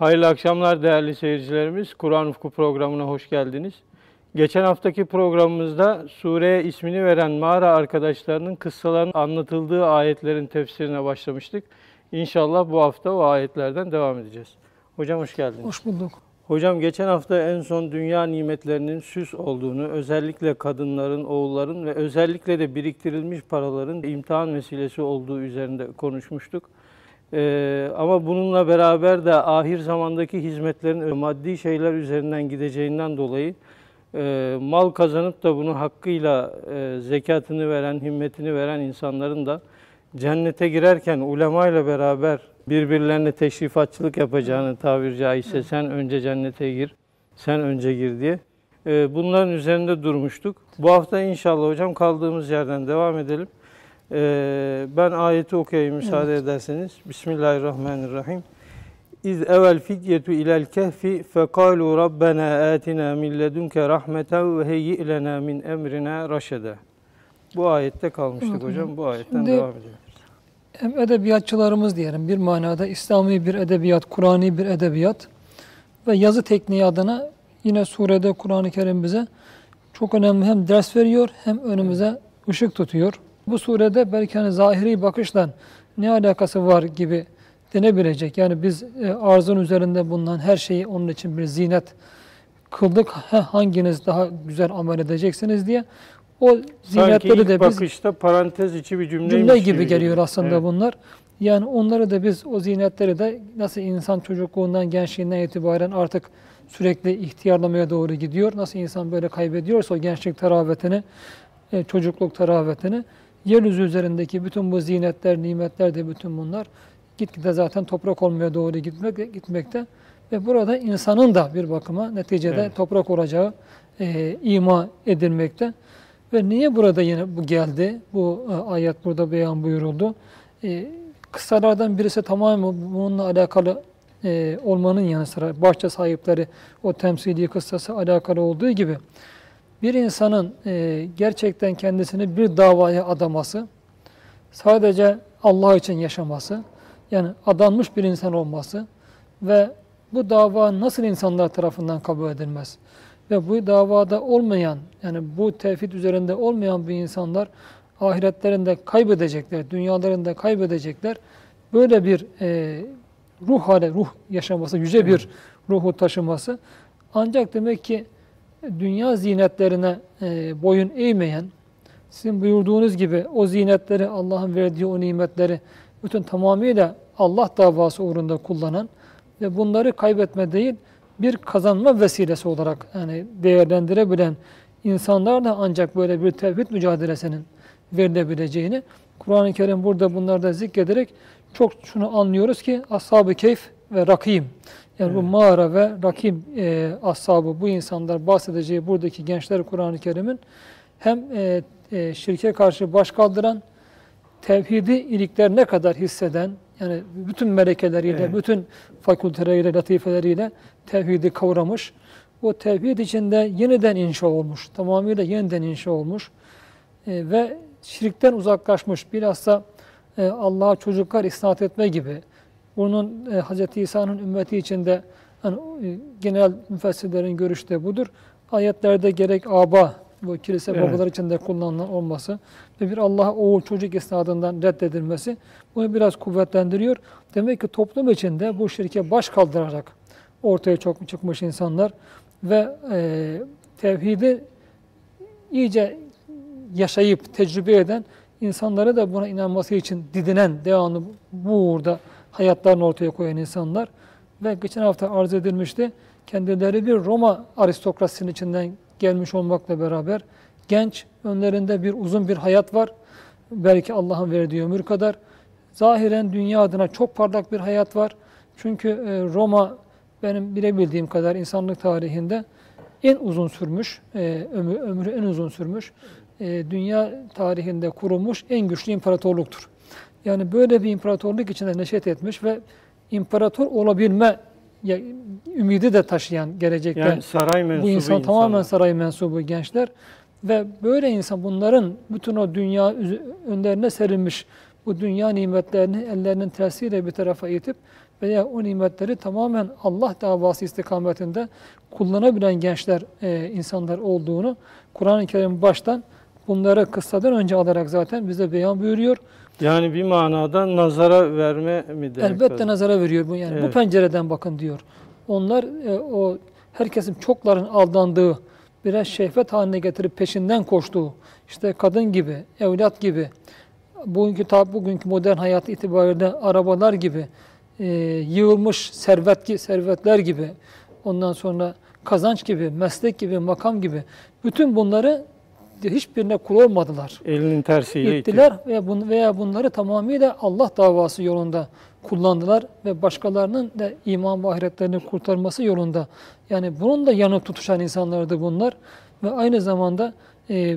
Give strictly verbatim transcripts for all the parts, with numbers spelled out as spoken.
Hayırlı akşamlar değerli seyircilerimiz. Kur'an Ufku programına hoş geldiniz. Geçen haftaki programımızda sureye ismini veren mağara arkadaşlarının kıssalarının anlatıldığı ayetlerin tefsirine başlamıştık. İnşallah bu hafta o ayetlerden devam edeceğiz. Hocam hoş geldiniz. Hoş bulduk. Hocam geçen hafta en son dünya nimetlerinin süs olduğunu, özellikle kadınların, oğulların ve özellikle de biriktirilmiş paraların imtihan vesilesi olduğu üzerinde konuşmuştuk. Ee, ama bununla beraber de ahir zamandaki hizmetlerin maddi şeyler üzerinden gideceğinden dolayı e, mal kazanıp da bunu hakkıyla e, zekatını veren, himmetini veren insanların da cennete girerken ulemayla beraber birbirlerine teşrifatçılık yapacağını, tabiri caizse sen önce cennete gir, sen önce gir diye e, bunların üzerinde durmuştuk. Bu hafta inşallah hocam kaldığımız yerden devam edelim. Ee, ben ayeti okuyayım müsaade evet. ederseniz. Bismillahirrahmanirrahim. İz evvel fidyetu ilel kehfi fekalu rabbena atina min ledunke rahmeten ve heyyi lena min emrina raşede. Bu ayette kalmıştık evet, hocam. Bu ayetten Şimdi, devam ediyoruz. Hem edebiyatçılarımız diyelim bir manada İslami bir edebiyat, Kur'ani bir edebiyat ve yazı tekniği adına yine surede Kur'an-ı Kerim bize çok önemli hem ders veriyor hem önümüze ışık tutuyor. Bu surede belki hani zahiri bakışla ne alakası var gibi denebilecek. Yani biz e, arzın üzerinde bulunan her şeyi onun için bir zinet kıldık. Heh, hanginiz daha güzel amel edeceksiniz diye. O zinetleri de biz bakışta parantez içi bir cümle gibi, gibi geliyor aslında evet. bunlar. Yani onları da biz o zinetleri de nasıl insan çocukluğundan, gençliğinden itibaren artık sürekli ihtiyarlamaya doğru gidiyor. Nasıl insan böyle kaybediyorsa o gençlik teravetini, e, çocukluk teravetini, yeryüzü üzerindeki bütün bu zinetler, nimetler de bütün bunlar gitgide zaten toprak olmaya doğru gitmek, gitmekte. Ve burada insanın da bir bakıma neticede evet. toprak olacağı e, ima edilmekte. Ve niye burada yine bu geldi? Bu e, ayet burada beyan buyuruldu. E, kıssalardan birisi tamamen bununla alakalı e, olmanın yanı sıra bahçe sahipleri o temsili kıssası alakalı olduğu gibi bir insanın e, gerçekten kendisini bir davaya adaması, sadece Allah için yaşaması, yani adanmış bir insan olması ve bu dava nasıl insanlar tarafından kabul edilmez ve bu davada olmayan, yani bu tevhid üzerinde olmayan bu insanlar ahiretlerinde kaybedecekler, dünyalarında kaybedecekler. Böyle bir e, ruh hale, ruh yaşaması, yüce bir ruhu taşıması ancak demek ki dünya zinetlerine e, boyun eğmeyen, sizin buyurduğunuz gibi o zinetleri, Allah'ın verdiği o nimetleri bütün tamamıyla Allah davası uğrunda kullanan ve bunları kaybetme değil, bir kazanma vesilesi olarak yani değerlendirebilen insanlar da ancak böyle bir tevhid mücadelesinin verilebileceğini Kur'an-ı Kerim burada bunları da zikrederek çok şunu anlıyoruz ki Ashab-ı Keyf ve Rakim, yani evet. bu mağara ve Rakim e, ashabı, bu insanlar bahsedeceği buradaki gençler Kur'an-ı Kerim'in hem e, e, şirke karşı baş kaldıran, tevhidi iliklerine kadar hisseden, yani bütün melekeleriyle, evet. bütün fakülteleriyle, latifeleriyle tevhidi kavramış, o tevhid içinde yeniden inşa olmuş, tamamıyla yeniden inşa olmuş e, ve şirkten uzaklaşmış, bilhassa e, Allah'a çocuklar isnat etme gibi. Bunun e, Hz. İsa'nın ümmeti içinde hani, e, genel müfessirlerin görüşü de budur. Ayetlerde gerek aba, bu kilise evet. babalar içinde kullanılan olması ve bir Allah'a oğul çocuk isnadından reddedilmesi bunu biraz kuvvetlendiriyor. Demek ki toplum içinde bu şirke baş kaldırarak ortaya çok çıkmış insanlar ve e, tevhidi iyice yaşayıp tecrübe eden insanları da buna inanması için didinen, devamlı bu uğurda hayatlarını ortaya koyan insanlar ve geçen hafta arz edilmişti. Kendileri bir Roma aristokrasisinin içinden gelmiş olmakla beraber genç, önlerinde bir uzun bir hayat var. Belki Allah'ın verdiği ömür kadar. Zahiren dünya adına çok parlak bir hayat var. Çünkü Roma benim bilebildiğim kadar insanlık tarihinde en uzun sürmüş, ömrü, ömrü en uzun sürmüş, dünya tarihinde kurulmuş en güçlü imparatorluktur. Yani böyle bir imparatorluk içinde neşet etmiş ve imparator olabilme ümidi de taşıyan gelecekte yani saray mensubu bu insan insanlar. Tamamen saray mensubu gençler ve böyle insan bunların bütün o dünya önlerine serilmiş bu dünya nimetlerini ellerinin tersiyle bir tarafa itip veya o nimetleri tamamen Allah davası istikametinde kullanabilen gençler, e, insanlar olduğunu Kur'an-ı Kerim baştan bunları kıssadan önce alarak zaten bize beyan buyuruyor. Yani bir manada nazara verme mi demek? Elbette lazım? nazara veriyor bu, yani Evet. bu pencereden bakın diyor. Onlar e, o herkesin, çokların aldandığı, biraz şehvet haline getirip peşinden koştuğu, işte kadın gibi, evlat gibi, bugünkü tabi bugünkü modern hayat itibariyle arabalar gibi, e, yığılmış servet servetler gibi, ondan sonra kazanç gibi, meslek gibi, makam gibi, bütün bunları hiçbirine kul olmadılar. Elinin tersiyle İttiler veya, bun, veya bunları tamamıyla Allah davası yolunda kullandılar ve başkalarının da iman ve ahiretlerini kurtarması yolunda. Yani bunun da yanıp tutuşan insanlardı bunlar ve aynı zamanda e,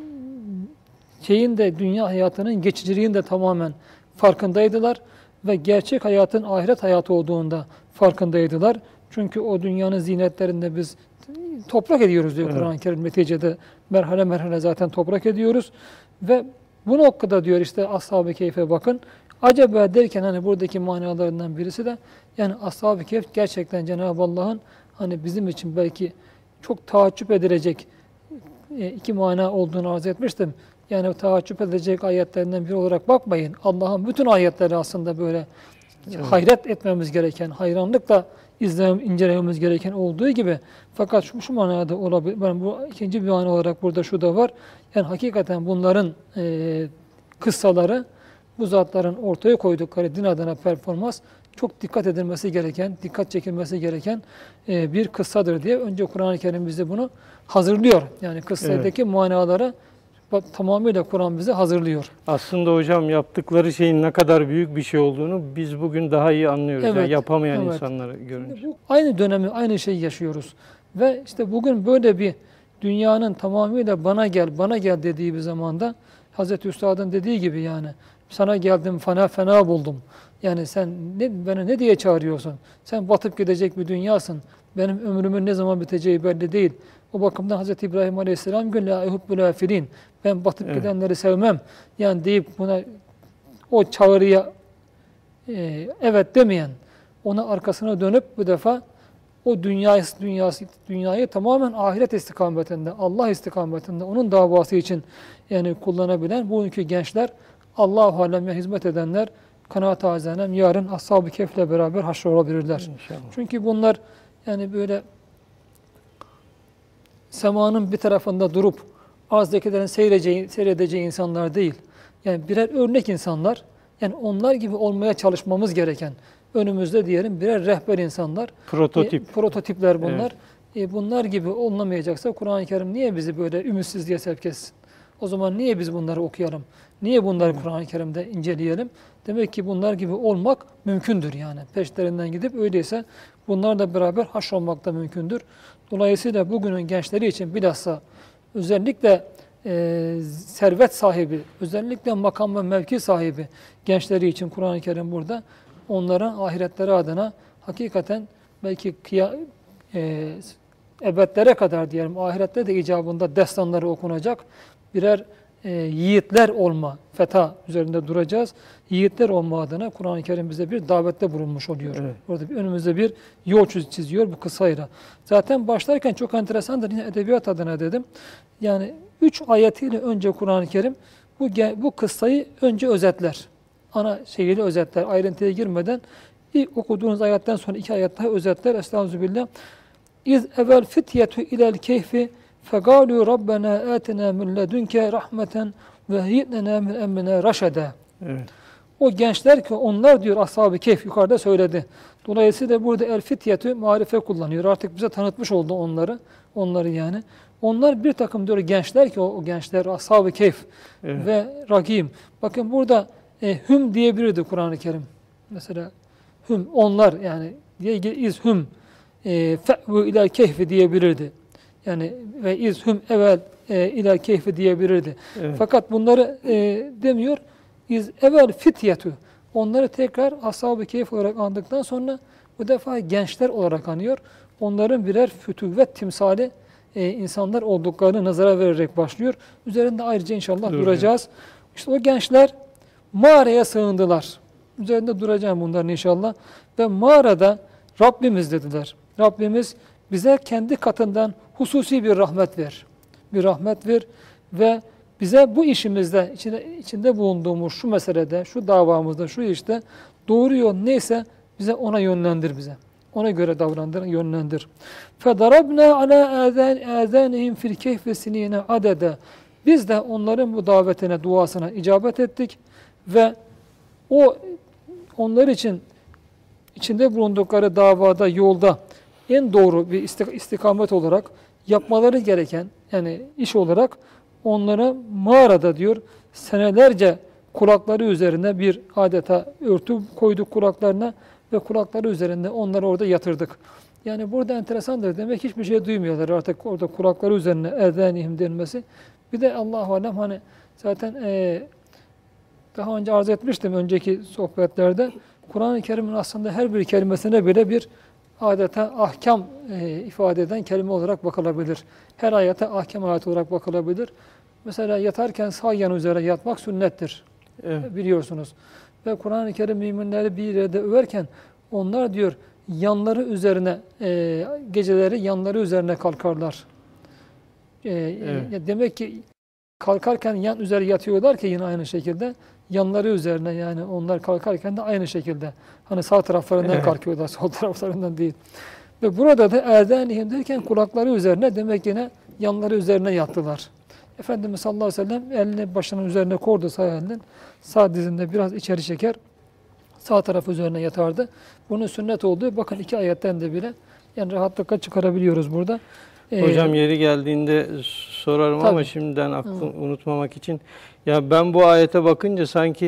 şeyin de, dünya hayatının geçiciliğinin de tamamen farkındaydılar ve gerçek hayatın ahiret hayatı olduğunda farkındaydılar. Çünkü o dünyanın zinetlerinde biz toprak ediyoruz diyor, evet. Kur'an-ı Kerim neticede merhale merhale zaten toprak ediyoruz ve bu noktada diyor işte Ashab-ı Kehf'e bakın. Acaba derken hani buradaki manalarından birisi de yani Ashab-ı Kehf gerçekten Cenab-ı Allah'ın hani bizim için belki çok taaccüp edilecek iki mana olduğunu arz etmiştim. Yani taaccüp edilecek ayetlerinden biri olarak bakmayın. Allah'ın bütün ayetleri aslında böyle evet. hayret etmemiz gereken, hayranlıkla izlememiz, incelememiz gereken olduğu gibi. Fakat şu, şu manada olabilir. Ben bu ikinci bir mana olarak burada şu da var. Yani hakikaten bunların e, kıssaları, bu zatların ortaya koydukları din adına performans çok dikkat edilmesi gereken, dikkat çekilmesi gereken e, bir kıssadır diye önce Kur'an-ı Kerim bize bunu hazırlıyor. Yani kıssadaki evet. manaları tamamıyla Kur'an bize hazırlıyor. Aslında hocam yaptıkları şeyin ne kadar büyük bir şey olduğunu biz bugün daha iyi anlıyoruz. Evet, yani yapamayan evet. insanları görünce. Bu, aynı dönemi, aynı şeyi yaşıyoruz. Ve işte bugün böyle bir dünyanın tamamıyla bana gel, bana gel dediği bir zamanda Hazreti Üstad'ın dediği gibi yani sana geldim fena fena buldum. Yani sen ne, beni ne diye çağırıyorsun? Sen batıp gidecek bir dünyasın. Benim ömrümün ne zaman biteceği belli değil. O bakımdan Hazreti İbrahim Aleyhisselam gün la ehubbul afilin. Ben batıp evet. gidenleri sevmem. Yani deyip buna o çağrıya e, evet demeyen, ona arkasına dönüp bu defa o dünyayı, dünyası, dünyayı tamamen ahiret istikametinde, Allah istikametinde, onun davası için yani kullanabilen bugünkü gençler, Allah-u Alem'e hizmet edenler, kanaat-ı azanem yarın Ashab-ı Kehf'le beraber haşr olabilirler. İnşallah. Çünkü bunlar yani böyle semanın bir tarafında durup arzdaki seyredeceği, seyredeceği insanlar değil. Yani birer örnek insanlar, yani onlar gibi olmaya çalışmamız gereken, önümüzde diyelim birer rehber insanlar. Prototip. E, prototipler bunlar. Evet. E, bunlar gibi olunamayacaksa Kur'an-ı Kerim niye bizi böyle ümitsizliğe sevk etsin? O zaman niye biz bunları okuyalım? Niye bunları hmm. Kur'an-ı Kerim'de inceleyelim? Demek ki bunlar gibi olmak mümkündür yani. Peşlerinden gidip öyleyse bunlarla beraber haşrolmak da mümkündür. Dolayısıyla bugünün gençleri için bilhassa özellikle e, servet sahibi, özellikle makam ve mevki sahibi gençleri için Kur'an-ı Kerim burada onların ahiretleri adına hakikaten belki kıya, e, ebedlere kadar diyelim ahirette de icabında destanları okunacak birer e, yiğitler olma, fetha üzerinde duracağız. Yiğitler olma adına Kur'an-ı Kerim bize bir davette bulunmuş oluyor. Evet. Orada bir, önümüzde bir yol çiziyor bu kıssayla. Zaten başlarken çok enteresandır. Yine edebiyat adına dedim. Yani üç ayetiyle önce Kur'an-ı Kerim bu, bu kıssayı önce özetler. Ana şeyiyle özetler. Ayrıntıya girmeden ilk okuduğunuz ayetten sonra iki ayet daha özetler. Estağfirullah. İz evvel fityetu ilel keyfi فَقَالُوا رَبَّنَا آتِنَا مِنْ لَدُنْكَ رَحْمَةً وَهِيْئْنَنَا مِنْ اَمْنَا رَشَدًا. Evet. O gençler ki onlar diyor Ashab-ı Kehf yukarıda söyledi. Dolayısıyla burada el fityetü marife kullanıyor. Artık bize tanıtmış oldu onları. Onları yani. Onlar bir takım diyor gençler ki o, o gençler Ashab-ı Kehf evet. ve Rakim. Bakın burada e, hüm diyebilirdi Kur'an-ı Kerim. Mesela hüm onlar yani diye iz hüm e, fe'vu ilâ kehfi diyebilirdi. Yani ve izhum evvel e, ila keyfi diyebilirdi. Evet. Fakat bunları e, demiyor. İz evvel fityetu. Onları tekrar ashab-ı keyf olarak andıktan sonra bu defa gençler olarak anıyor. Onların birer fütüvvet timsali e, insanlar olduklarını nazara vererek başlıyor. Üzerinde ayrıca inşallah Dur duracağız. Ya. İşte o gençler mağaraya sığındılar. üzerinde duracağım bunların inşallah. Ve mağarada Rabbimiz dediler. Rabbimiz bize kendi katından hususi bir rahmet ver. Bir rahmet ver ve bize bu işimizde, içinde, içinde bulunduğumuz şu meselede, şu davamızda, şu işte doğru yol neyse bize ona yönlendir bize. Ona göre davrandır, yönlendir. فَضَرَبْنَا عَلَى اَذَانِهِمْ فِي الْكَيْفِ سِن۪ينَ عَدَدًا Biz de onların bu davetine, duasına icabet ettik ve o onlar için içinde bulundukları davada, yolda en doğru bir istikamet olarak yapmaları gereken, yani iş olarak onlara mağarada diyor senelerce kulakları üzerine bir adeta örtü koyduk kulaklarına ve kulakları üzerinde onları orada yatırdık. Yani burada enteresandır. Demek hiçbir şey duymuyorlar artık orada kulakları üzerine erzanihim denmesi. Bir de Allah-u Alem hani zaten e, daha önce arz etmiştim önceki sohbetlerde. Kur'an-ı Kerim'in aslında her bir kelimesine bile bir adeta ahkam e, ifade eden kelime olarak bakılabilir. Her ayete ahkam ayeti olarak bakılabilir. Mesela yatarken sağ yan üzere yatmak sünnettir. Evet. Biliyorsunuz. Ve Kur'an-ı Kerim müminleri bir yerde överken onlar diyor yanları üzerine e, geceleri yanları üzerine kalkarlar. E, evet. Demek ki kalkarken yan üzeri yatıyorlar ki yine aynı şekilde yanları üzerine yani onlar kalkarken de aynı şekilde. Hani sağ taraflarından evet. kalkıyorlar, sol taraflarından değil. Ve burada da erdanihim derken kulakları üzerine demek yine yanları üzerine yattılar. Efendimiz sallallahu aleyhi ve sellem elini başının üzerine koydu sağ elinin. Sağ dizinde biraz içeri çeker. Sağ tarafı üzerine yatardı. Bunun sünnet olduğu bakın iki ayetten de bile yani rahatlıkla çıkarabiliyoruz burada. Hocam ee, yeri geldiğinde sorarım tabii. Ama şimdiden aklım Hı. unutmamak için. Ya ben bu ayete bakınca sanki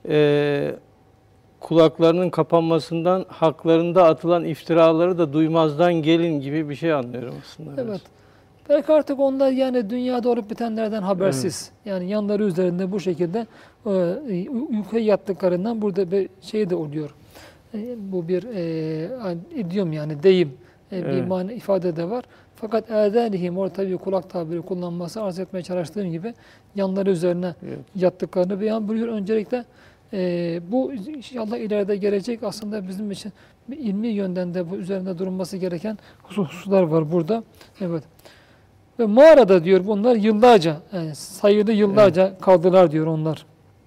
e, kulaklarının kapanmasından haklarında atılan iftiraları da duymazdan gelin gibi bir şey anlıyorum aslında. Evet. Biraz. Belki artık onlar yani dünyada olup bitenlerden habersiz. Evet. Yani yanları üzerinde bu şekilde e, uykuya yattıklarından burada bir şey de oluyor. E, bu bir e, idiom yani deyim. E, evet. Bir mani ifade de var. Fakat erdanihim orada tabii kulak tabiri kullanması arz etmeye çalıştığım gibi yanları üzerine evet. yattıklarını beyan buyuruyor. Öncelikle e, bu inşallah ileride gelecek aslında bizim için ilmi yönden de bu üzerinde durulması gereken hususlar var burada. Evet. Ve mağarada diyor bunlar yıllarca, yani sayılı yıllarca evet. kaldılar diyor onlar.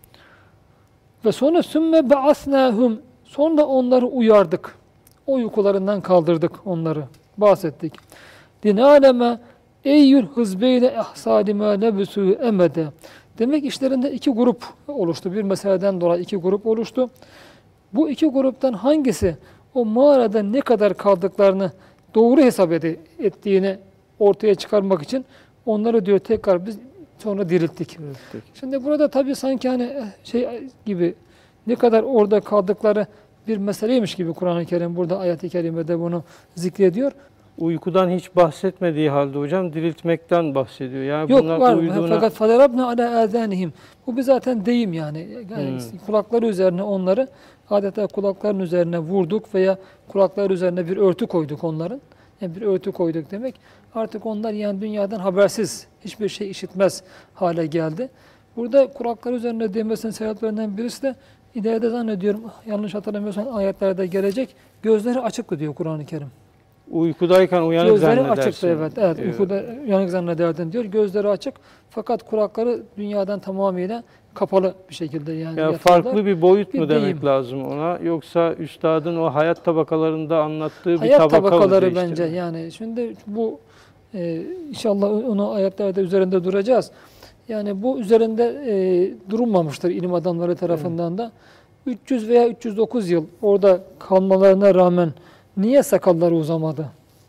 Ve sonra sümme be'asnâhum sonra onları uyardık. O uykularından kaldırdık onları. Bahsettik. Dinâleme eyyül hızbeyne ehsâlimâ lebüsû emede. Demek işlerinde iki grup oluştu. Bir meseleden dolayı iki grup oluştu. Bu iki gruptan hangisi o mağarada ne kadar kaldıklarını doğru hesap ettiğini ortaya çıkarmak için onları diyor tekrar biz sonra dirilttik. Evet. Şimdi burada tabii sanki hani şey gibi ne kadar orada kaldıkları bir meseleymiş gibi Kur'an-ı Kerim burada ayet-i kerimede bunu zikrediyor. Uykudan hiç bahsetmediği halde hocam diriltmekten bahsediyor. Yani yok bunlar var uyuduğuna... fakat fadarabna ala azanihim. Bu bir zaten deyim yani. yani hmm. Kulakları üzerine onları adeta kulakların üzerine vurduk veya kulakları üzerine bir örtü koyduk onların. Yani bir örtü koyduk demek. Artık onlar yani dünyadan habersiz, hiçbir şey işitmez hale geldi. Burada kulakları üzerine demesinin sebeplerinden birisi de ileride zannediyorum, yanlış hatırlamıyorsam ayetlerde gelecek, gözleri açıktı diyor Kur'an-ı Kerim. Uykudayken uyanık gözleri zannedersin. Gözleri açıktı evet. Evet, evet. Uykuda uyanık zannederdin diyor. Gözleri açık fakat kulakları dünyadan tamamıyla kapalı bir şekilde yani. Ya farklı bir boyut bir mu demek deyim. lazım ona yoksa üstadın o hayat tabakalarında anlattığı hayat bir tabaka mı? Hayat tabakaları bence yani. Şimdi bu e, inşallah onu ayetlerde üzerinde duracağız. Yani bu üzerinde e, durulmamıştır ilim adamları tarafından da. üç yüz veya üç yüz dokuz yıl orada kalmalarına rağmen niye sakalları uzamadı?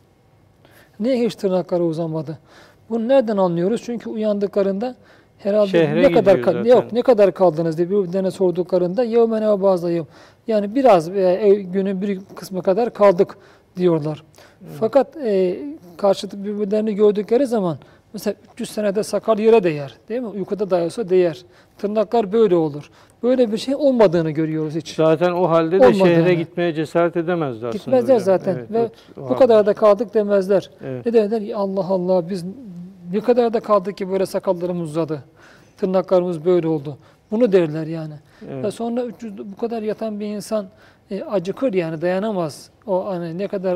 Niye hiç tırnakları uzamadı? Bunu nereden anlıyoruz? Çünkü uyandıklarında herhalde Şehre ne kadar zaten. yok ne kadar kaldınız diye birbirlerine sorduklarında yevmen ve bazıyım. Yani biraz veya günün bir kısmı kadar kaldık diyorlar. Evet. Fakat e, karşıtı birbirlerini gördükleri zaman mesela üç yüz senede sakal yere değer. Değil mi? Uykuda dayasa değer. Tırnaklar böyle olur. Böyle bir şey olmadığını görüyoruz hiç. Zaten o halde de olmadığını. Şehre gitmeye cesaret edemezler aslında. Gitmezler hocam. zaten. Evet, Ve evet, bu halde. kadar da kaldık demezler. Evet. Ne derler? Allah Allah biz ne kadar da kaldık ki böyle sakallarımız uzadı. Tırnaklarımız böyle oldu. Bunu derler yani. Evet. Ve sonra üç yüz bu kadar yatan bir insan e, acıkır yani dayanamaz. O hani ne kadar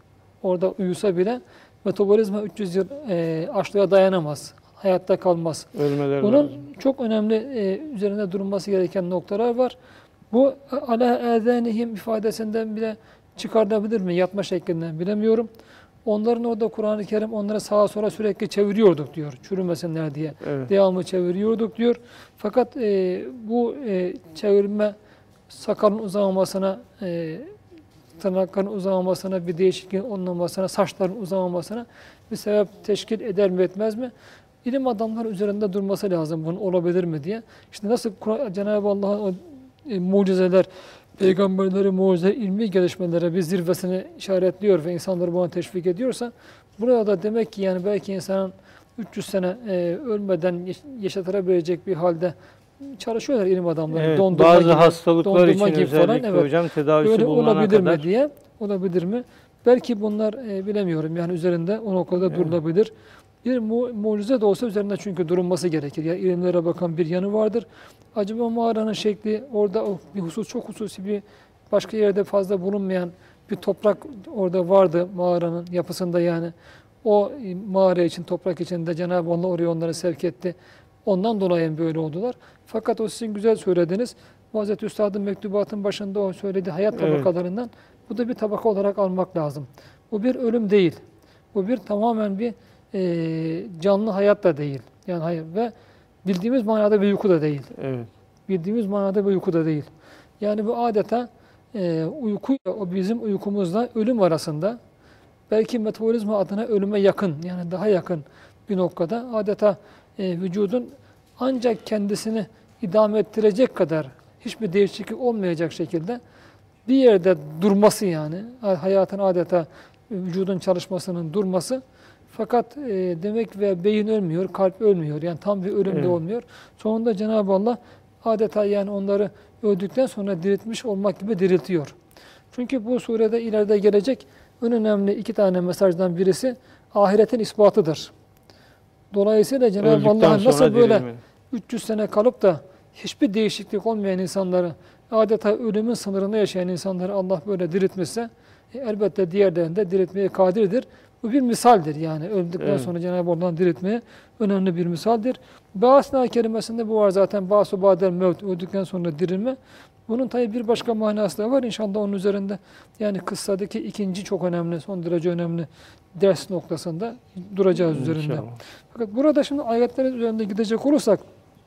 orada uyusa bile metabolizma üç yüz yıl e, açlığa dayanamaz. Hayatta kalmaz. Ölmeler Bunun lazım. çok önemli e, üzerinde durulması gereken noktalar var. Bu ala ezenihim ifadesinden bile çıkartabilir mi? Yatma şeklinden bilemiyorum. Onların orada Kur'an-ı Kerim onları sağa sola sürekli çeviriyorduk diyor. Çürümesinler diye. Evet. Devamlı çeviriyorduk diyor. Fakat e, bu e, çevirme sakalın uzamamasına, e, tırnakların uzamamasına, bir değişikliğin olmamasına, saçların uzamamasına bir sebep teşkil eder mi etmez mi? İlim adamları üzerinde durması lazım bunun olabilir mi diye. İşte nasıl Cenab-ı Allah'ın o e, mucizeler, peygamberleri mucize ilmi gelişmelere bir zirvesini işaretliyor ve insanları buna teşvik ediyorsa burada da demek ki yani belki insanın üç yüz sene e, ölmeden yaşatılabilecek bir halde çalışıyorlar ilim adamları. Evet, dondurma bazı gibi, hastalıklar için gibi özellikle falan, evet. hocam tedavisi Böyle bulunana olabilir kadar. mi diye olabilir mi? Belki bunlar e, bilemiyorum yani üzerinde o noktada Evet. durulabilir. Bir mu mucize de olsa üzerinde çünkü durulması gerekir. Yani ilimlere bakan bir yanı vardır. Acaba mağaranın şekli orada bir husus çok hususi bir başka yerde fazla bulunmayan bir toprak orada vardı mağaranın yapısında yani. O mağara için toprak içinde Cenab-ı Allah oraya onları sevk etti. Ondan dolayı böyle oldular. Fakat o sizin güzel söylediğiniz Hazreti Üstad'ın mektubatın başında o söylediği hayat Evet. tabakalarından bu da bir tabaka olarak almak lazım. Bu bir ölüm değil. Bu bir tamamen bir e, canlı hayat da değil. Yani hayır ve bildiğimiz manada bir uyku da değil. Evet. Bildiğimiz manada bir uyku da değil. Yani bu adeta e, uykuyla o bizim uykumuzla ölüm arasında belki metabolizma adına ölüme yakın yani daha yakın bir noktada adeta e, vücudun ancak kendisini idame ettirecek kadar hiçbir değişiklik olmayacak şekilde bir yerde durması yani hayatın adeta vücudun çalışmasının durması. Fakat e, demek ve beyin ölmüyor, kalp ölmüyor. Yani tam bir ölüm de Evet. olmuyor. Sonunda Cenab-ı Allah adeta yani onları öldükten sonra diriltmiş olmak gibi diriltiyor. Çünkü bu surede ileride gelecek en önemli iki tane mesajdan birisi ahiretin ispatıdır. Dolayısıyla Cenab-ı Öldükten Allah'ın sonra nasıl böyle dirilmenin. üç yüz sene kalıp da hiçbir değişiklik olmayan insanları, adeta ölümün sınırında yaşayan insanları Allah böyle diriltmişse, e, elbette diğerlerinde diriltmeye kadirdir. Bu bir misaldir yani öldükten Evet. sonra Cenab-ı Allah'ın diriltmeye önemli bir misaldir. Ba'asna kelimesinde bu var zaten. Ba'su ba'del mevt, öldükten sonra dirilme. Bunun tabi bir başka manası da var. İnşallah onun üzerinde yani kıssadaki ikinci çok önemli, son derece önemli ders noktasında duracağız üzerinde. İnşallah. Fakat burada şimdi ayetlerin üzerinde gidecek olursak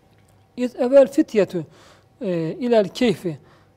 İz evvel fityetü e, ilel keyfi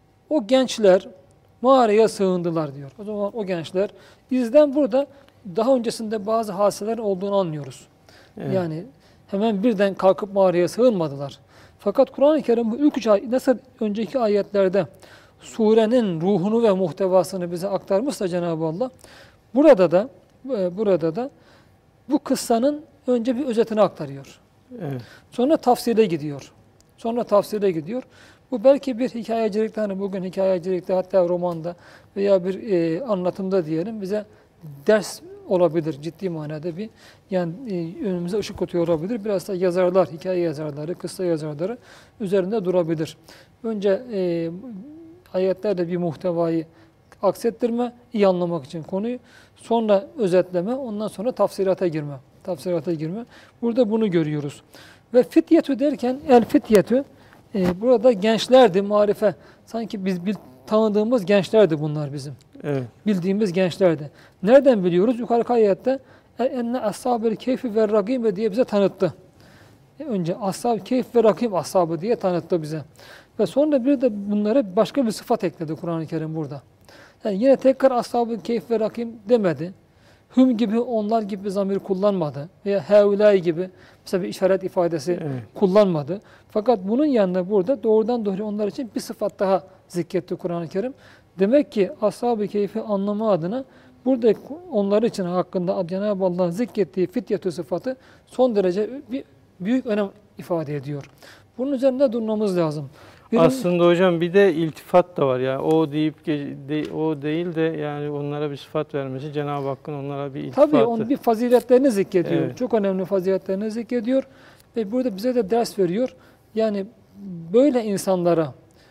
o gençler mağaraya sığındılar diyor. O zaman o gençler bizden burada daha öncesinde bazı hadiseler olduğunu anlıyoruz. Evet. Yani hemen birden kalkıp mağaraya sığınmadılar. Fakat Kur'an-ı Kerim bu ilk üç ayet nasıl önceki ayetlerde surenin ruhunu ve muhtevasını bize aktarmışsa Cenab-ı Allah burada da e, burada da bu kıssanın önce bir özetini aktarıyor. Evet. Sonra tafsile gidiyor. Sonra tafsile gidiyor. Bu belki bir hikayecilikte hani bugün hikayecilikte hatta romanda veya bir e, anlatımda diyelim bize ders olabilir ciddi manada bir yani e, önümüze ışık tutuyor olabilir. Biraz da yazarlar, hikaye yazarları, kıssa yazarları üzerinde durabilir. Önce e, ayetlerde bir muhtevayı aksettirme, iyi anlamak için konuyu. Sonra özetleme, ondan sonra tafsirata girme. Tafsirata girme. Burada bunu görüyoruz. Ve fityetü derken el fityetü e, burada gençlerdi marife. Sanki biz bil, tanıdığımız gençlerdi bunlar bizim. Evet. Bildiğimiz gençlerdi. Nereden biliyoruz? Yukarı ayette enne ashab-ı keyfi ve rakime diye bize tanıttı. E, önce ashab-ı keyf ve rakim ashabı diye tanıttı bize. Ve sonra bir de bunlara başka bir sıfat ekledi Kur'an-ı Kerim burada. Yani yine tekrar ashab-ı keyf ve rakim demedi. Hüm gibi, onlar gibi bir zamir kullanmadı. Veya hevlâi gibi mesela bir işaret ifadesi Evet. kullanmadı. Fakat bunun yanında burada doğrudan doğruya onlar için bir sıfat daha zikretti Kur'an-ı Kerim. Demek ki ashab-ı keyfi anlama adına burada onlar için hakkında Cenab-ı Allah'ın zikrettiği fityetü sıfatı son derece bir büyük önem ifade ediyor. Bunun üzerinde durmamız lazım. Birin, Aslında hocam bir de iltifat da var ya. O deyip ge- de, o değil de yani onlara bir sıfat vermesi Cenab-ı Hakk'ın onlara bir iltifatı. tabii onun bir faziletlerini zikrediyor. Evet. Çok önemli faziletlerini zikrediyor. Ve burada bize de ders veriyor. Yani böyle insanlara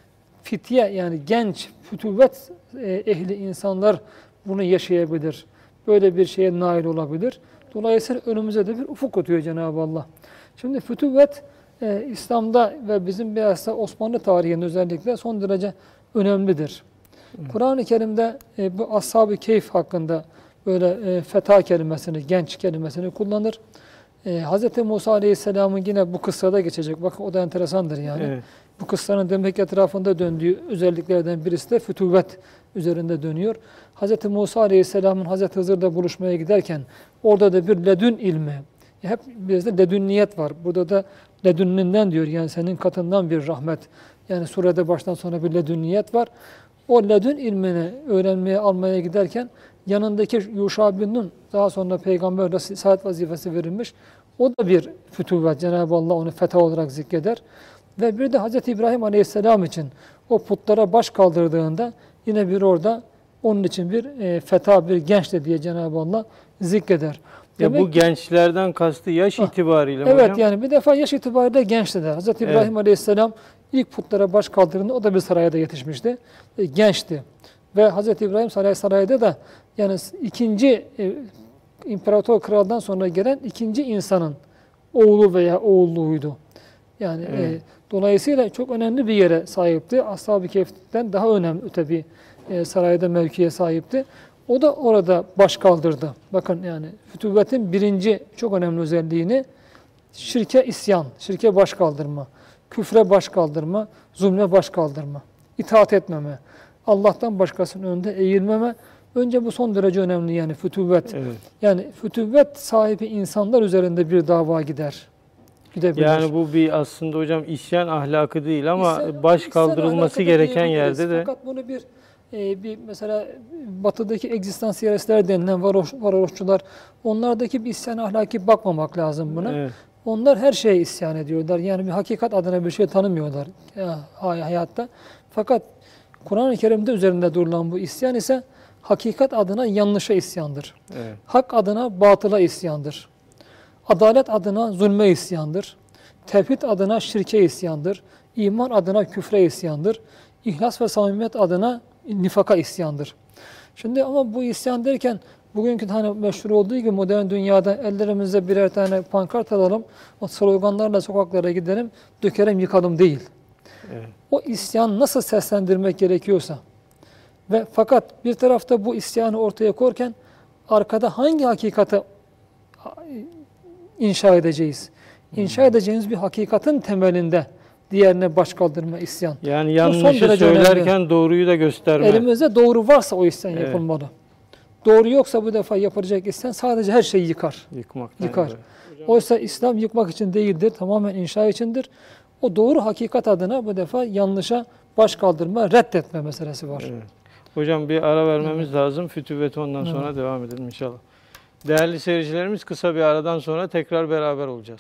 fitye yani genç, fütüvvet e, ehli insanlar bunu yaşayabilir. Böyle bir şeye nail olabilir. Dolayısıyla önümüze de bir ufuk atıyor Cenab-ı Allah. Şimdi fütüvvet e, İslam'da ve bizim biraz da Osmanlı tarihinde özellikle son derece önemlidir. Kur'an-ı Kerim'de e, bu ashab-ı keyf hakkında böyle e, feta kelimesini, genç kelimesini kullanır. E, Hz. Musa Aleyhisselam'ın yine bu kıssada geçecek. Bakın o da enteresandır yani. Evet. Bu kıssanın demek etrafında döndüğü özelliklerden birisi de fütüvvet üzerinde dönüyor. Hz. Musa Aleyhisselam'ın Hz. Hızır'da buluşmaya giderken orada da bir ledün ilmi, hep bizde ledünniyet var. Burada da ledünninden diyor yani senin katından bir rahmet. Yani surede baştan sona bir ledünniyet var. O ledün ilmini öğrenmeye, almaya giderken yanındaki Yuşa bin Nun, daha sonra peygamber risalet vazifesi verilmiş. O da bir fütüvvet. Cenab-ı Allah onu fetha olarak zikreder. Ve bir de Hz. İbrahim Aleyhisselam için o putlara baş kaldırdığında yine bir orada onun için bir e, fetha, bir genç de diye Cenab-ı Allah zikreder. Ya Demek bu ki, gençlerden kastı yaş ah, itibariyle mi evet, hocam? yani bir defa yaş itibariyle genç de. Hz. İbrahim evet. Aleyhisselam ilk putlara baş kaldırdığında o da bir sarayda yetişmişti. E, gençti. Ve Hz. İbrahim saray, sarayda da yani ikinci e, imparator kraldan sonra gelen ikinci insanın oğlu veya oğulluğuydu. Yani evet. e, dolayısıyla çok önemli bir yere sahipti. Ashab-ı Kehf'ten daha önemli öte bir e, sarayda mevkiye sahipti. O da orada baş kaldırdı. Bakın yani fütüvvetin birinci çok önemli özelliğini şirke isyan, şirke baş kaldırma, küfre baş kaldırma, zulme baş kaldırma, itaat etmeme, Allah'tan başkasının önünde eğilmeme. Önce bu son derece önemli yani fütüvvet. Evet. Yani fütüvvet sahibi insanlar üzerinde bir dava gider. Gidebilir. Yani bu bir aslında hocam isyan ahlakı değil ama isyan, baş kaldırılması gereken yerde de. Fakat bunu bir e, bir mesela batıdaki egzistansiyalistler denilen varoş, varoluşçular, onlardaki bir isyan ahlaki bakmamak lazım buna. Evet. Onlar her şeye isyan ediyorlar. Yani bir hakikat adına bir şey tanımıyorlar ya, hayatta. Fakat Kur'an-ı Kerim'de üzerinde durulan bu isyan ise hakikat adına yanlışa isyandır. Evet. Hak adına batıla isyandır. Adalet adına zulme isyandır. Tevhid adına şirke isyandır. İman adına küfre isyandır. İhlas ve samimiyet adına nifaka isyandır. Şimdi ama bu isyan derken bugünkü hani meşhur olduğu gibi modern dünyada ellerimizde birer tane pankart alalım, o sloganlarla sokaklara gidelim, dökerim yıkalım değil. Evet. O isyan nasıl seslendirmek gerekiyorsa ve fakat bir tarafta bu isyanı ortaya koyarken arkada hangi hakikati inşa edeceğiz? İnşa hmm. edeceğimiz bir hakikatin temelinde diğerine baş kaldırma isyan. Yani yanlışı söylerken önemli. Doğruyu da gösterme. Elimizde doğru varsa o isyan evet. yapılmalı. Doğru yoksa bu defa yapılacak isyan sadece her şeyi yıkar. Yıkmak. Yıkar. Oysa İslam yıkmak için değildir, tamamen inşa içindir. O doğru hakikat adına bu defa yanlışa baş kaldırma, reddetme meselesi var. Evet. Hocam bir ara vermemiz evet. lazım. Fütüvveti ondan evet. sonra devam edelim inşallah. Değerli seyircilerimiz, kısa bir aradan sonra tekrar beraber olacağız.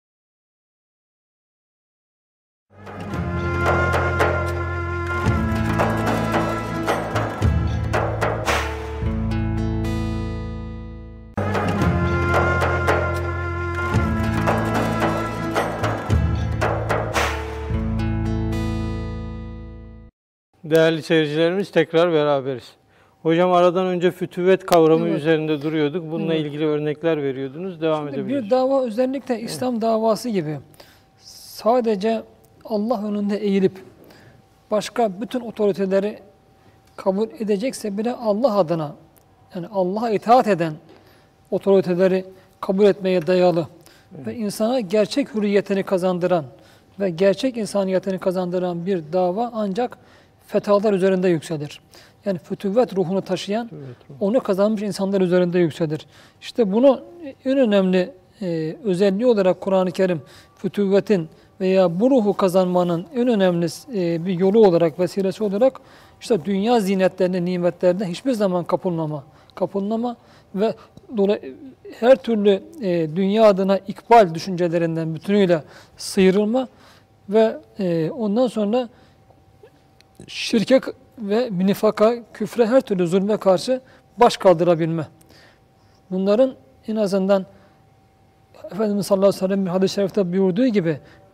Değerli seyircilerimiz, tekrar beraberiz. Hocam aradan önce fütüvvet kavramı evet. üzerinde duruyorduk. Bununla evet. ilgili örnekler veriyordunuz. Devam Şimdi edebiliriz. Bir dava özellikle evet. İslam davası gibi sadece Allah önünde eğilip başka bütün otoriteleri kabul edecekse bile Allah adına yani Allah'a itaat eden otoriteleri kabul etmeye dayalı evet. ve insana gerçek hürriyetini kazandıran ve gerçek insaniyetini kazandıran bir dava ancak fethalar üzerinde yükselir. Yani fütüvvet ruhunu taşıyan, evet, onu kazanmış insanlar üzerinde yükselir. İşte bunu en önemli e, özelliği olarak Kur'an-ı Kerim fütüvvetin veya bu ruhu kazanmanın en önemli e, bir yolu olarak, vesilesi olarak işte dünya zinetlerine, nimetlerine hiçbir zaman kapılmama, kapılmama ve her türlü e, dünya adına ikbal düşüncelerinden bütünüyle sıyrılma ve e, ondan sonra şirke ve nifaka, küfre, her türlü zulme karşı baş kaldırabilme. Bunların en azından Efendimiz sallallahu aleyhi ve sellem bir hadis-i şerifte buyurduğu gibi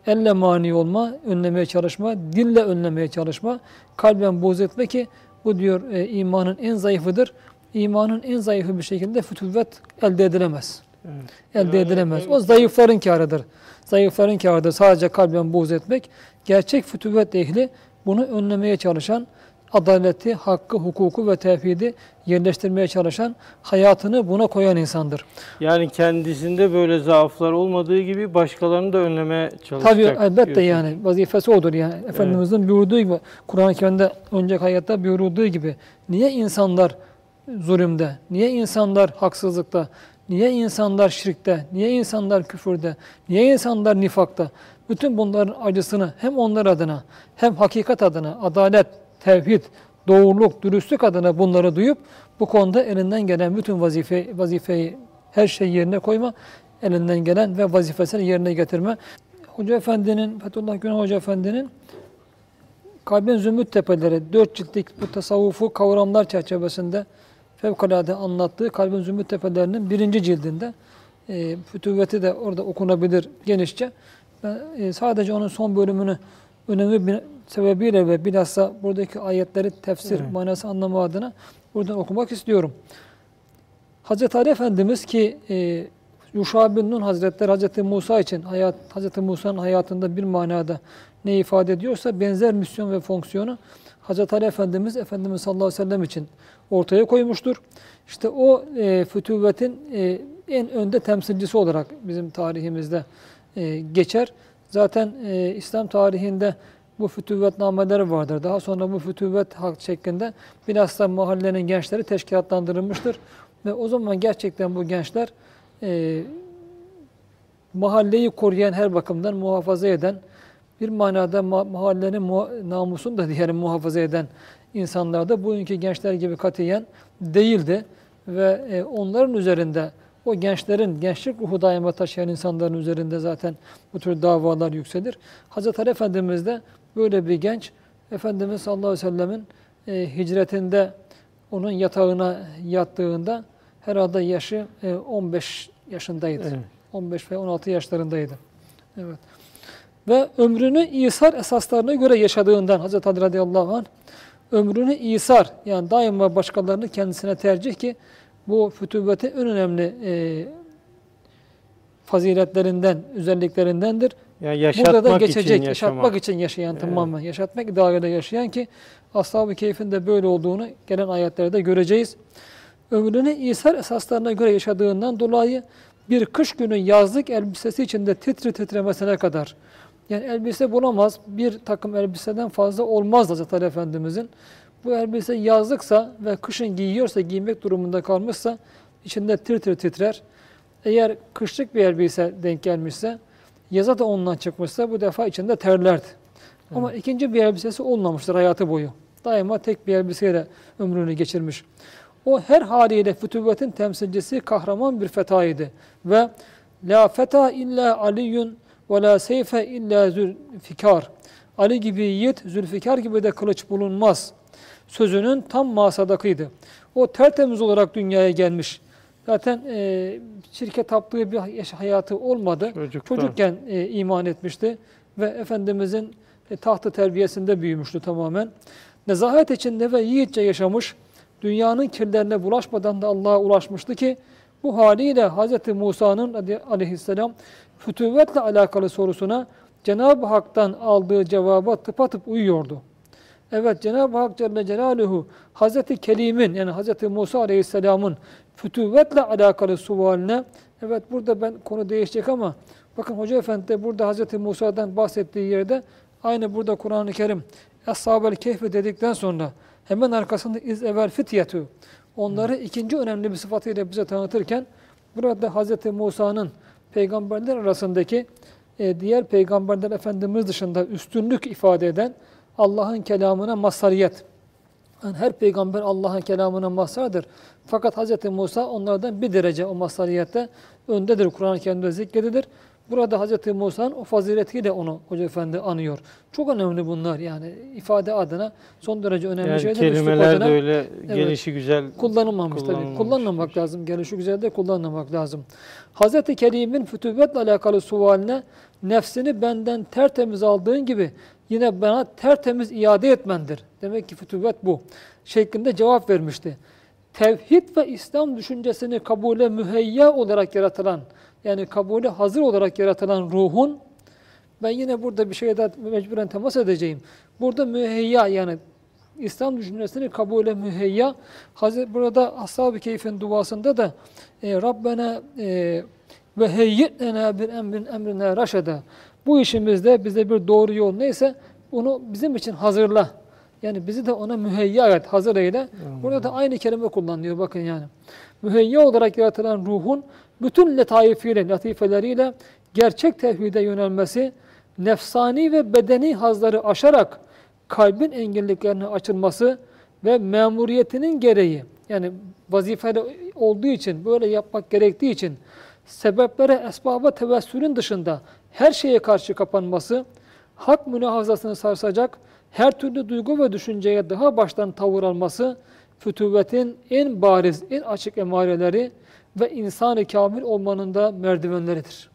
elle mani olma, önlemeye çalışma, dille önlemeye çalışma, kalben buğz etme ki bu diyor e, imanın en zayıfıdır. İmanın en zayıfı bir şekilde fütüvvet elde edilemez. Evet. Elde Yani, edilemez. evet. O zayıfların kârıdır. Zayıfların kârıdır. Sadece kalben buğz etmek. Gerçek fütüvvet ehli bunu önlemeye çalışan, adaleti, hakkı, hukuku ve tevhidi yerleştirmeye çalışan, hayatını buna koyan insandır. Yani kendisinde böyle zaaflar olmadığı gibi başkalarını da önlemeye çalışacak. Tabii elbette diyorsun. yani vazifesi odur yani. Efendimizin buyurduğu gibi, Kur'an-ı Kerim'de önceki hayatta buyurduğu gibi niye insanlar zulümde, niye insanlar haksızlıkta, niye insanlar şirkte, niye insanlar küfürde, niye insanlar nifakta? Bütün bunların acısını hem onlar adına hem hakikat adına, adalet, tevhid, doğruluk, dürüstlük adına bunları duyup bu konuda elinden gelen bütün vazife, vazifeyi, her şeyi yerine koyma, elinden gelen ve vazifesini yerine getirme. Hoca Efendi'nin, Fethullah Gülen Hoca Efendi'nin Kalbin Zümrüt Tepeleri, dört ciltlik bu tasavvufu kavramlar çerçevesinde fevkalade anlattığı Kalbin Zümrüt Tepelerinin birinci cildinde e, fütüvveti de orada okunabilir genişçe. Ben, e, sadece onun son bölümünü önemli bir sebebiyle ve bilhassa buradaki ayetleri tefsir Evet. manası anlama adına buradan okumak istiyorum. Hazreti Ali Efendimiz ki e, Yuşa bin Nun Hazretleri Hazreti Musa için hayat Hazreti Musa'nın hayatında bir manada ne ifade ediyorsa benzer misyon ve fonksiyonu Hazreti Ali Efendimiz Efendimiz sallallahu aleyhi ve sellem için ortaya koymuştur. İşte o e, fütüvvetin e, en önde temsilcisi olarak bizim tarihimizde e, geçer. Zaten e, İslam tarihinde bu fütüvvetnameler vardır. Daha sonra bu fütüvvet hak şeklinde bilhassa mahallenin gençleri teşkilatlandırılmıştır. Ve o zaman gerçekten bu gençler e, mahalleyi koruyan, her bakımdan muhafaza eden, bir manada ma mahallenin muha namusunu da diyelim muhafaza eden insanlar da bugünkü gençler gibi katiyen değildi. Ve e, onların üzerinde, o gençlerin, gençlik ruhu daima taşıyan insanların üzerinde zaten bu tür davalar yükselir. Hazreti Ali Efendimiz de böyle bir genç, Efendimiz sallallahu aleyhi ve sellemin e, hicretinde onun yatağına yattığında herhalde yaşı e, on beş yaşındaydı. Evet. on beş ve on altı yaşlarındaydı. Evet. Ve ömrünü İsar esaslarına göre yaşadığından Hazreti Ali radıyallahu anh ömrünü İsar, yani daima başkalarını kendisine tercih ki bu fütüvvetin en önemli e, faziletlerinden, özelliklerindendir. Yani yaşatmak Burada da geçecek, için yaşatmak için yaşayan, evet. Tamamen yaşatmak idarede yaşayan ki Ashab-ı Keyf'in de böyle olduğunu gelen ayetlerde göreceğiz. Ömrünü İsar esaslarına göre yaşadığından dolayı bir kış günü yazlık elbisesi içinde titri titremesine kadar, yani elbise bulamaz, bir takım elbiseden fazla olmaz Hazreti Ali Efendimizin. Bu elbise yazlıksa ve kışın giyiyorsa, giymek durumunda kalmışsa içinde tir tir titrer. Eğer kışlık bir elbise denk gelmişse, yaza da ondan çıkmışsa bu defa içinde terlerdi. Evet. Ama ikinci bir elbisesi olmamıştır hayatı boyu. Daima tek bir elbiseyle ömrünü geçirmiş. O her haliyle fütüvvetin temsilcisi kahraman bir fetaydı. Ve la feta illa aliyun ve la seyfe illa zülfikar. Ali gibi yiğit, Zülfikar gibi de kılıç bulunmaz. Sözünün tam masadakıydı. O tertemiz olarak dünyaya gelmiş. Zaten e, şirke taptığı bir hayatı olmadı. Çocuktan. Çocukken e, iman etmişti. Ve Efendimizin e, tahtı terbiyesinde büyümüştü tamamen. Nezahet içinde ve yiğitçe yaşamış. Dünyanın kirlerine bulaşmadan da Allah'a ulaşmıştı ki bu haliyle Hz. Musa'nın aleyhisselam fütüvvetle alakalı sorusuna Cenab-ı Hak'tan aldığı cevaba tıpatıp uyuyordu. Evet, Cenab-ı Hak Celle Celaluhu Hazreti Kerim'in, yani Hazreti Musa Aleyhisselam'ın fütüvvetle alakalı sualine, evet burada ben konu değişecek ama bakın Hoca Efendi de burada Hazreti Musa'dan bahsettiği yerde aynı burada Kur'an-ı Kerim Ashab-ı Kehf'i dedikten sonra hemen arkasında iz evvel fityetu, onları hmm. ikinci önemli bir sıfatıyla bize tanıtırken burada Hazreti Musa'nın peygamberler arasındaki e, diğer peygamberler Efendimiz dışında üstünlük ifade eden Allah'ın kelamına mazhariyet. Yani her peygamber Allah'ın kelamına mazhardır. Fakat Hz. Musa onlardan bir derece o mazhariyette öndedir. Kur'an-ı Kerim'de zikredilir. Burada Hz. Musa'nın o faziletiyle onu Hoca Efendi anıyor. Çok önemli bunlar yani ifade adına son derece önemli yani şeyler. Kelimeler de öyle evet, gelişi güzel kullanılmamış tabii. Kullanmamak lazım. Gelişi güzel de kullanmamak lazım. Hz. Kerim'in fütüvvetle alakalı sualine nefsini benden tertemiz aldığın gibi yine bana tertemiz iade etmendir. Demek ki fütüvvet bu şeklinde cevap vermişti. Tevhid ve İslam düşüncesini kabule müheyya olarak yaratılan, yani kabule hazır olarak yaratılan ruhun, ben yine burada bir şeye daha mecburen temas edeceğim. Burada müheyya, yani İslam düşüncesini kabule müheyya, burada Ashab-ı Keyf'in duasında da e, Rabbena e, ve heyyi'lena bir emrin emrine raşeda. Bu işimizde bize bir doğru yol neyse onu bizim için hazırla. Yani bizi de ona müheyya et, hazır eyle. Burada da aynı kelime kullanılıyor bakın yani. Müheyya olarak yaratılan ruhun bütün letaifiyle, latifeleriyle gerçek tevhide yönelmesi, nefsani ve bedeni hazları aşarak kalbin engelliklerine açılması ve memuriyetinin gereği, yani vazifeli olduğu için, böyle yapmak gerektiği için sebeplere, esbaba tevessülün dışında her şeye karşı kapanması, hak münahazasını sarsacak her türlü duygu ve düşünceye daha baştan tavır alması, fütüvvetin en bariz, en açık emareleri ve insan-ı kamil olmanın da merdivenleridir.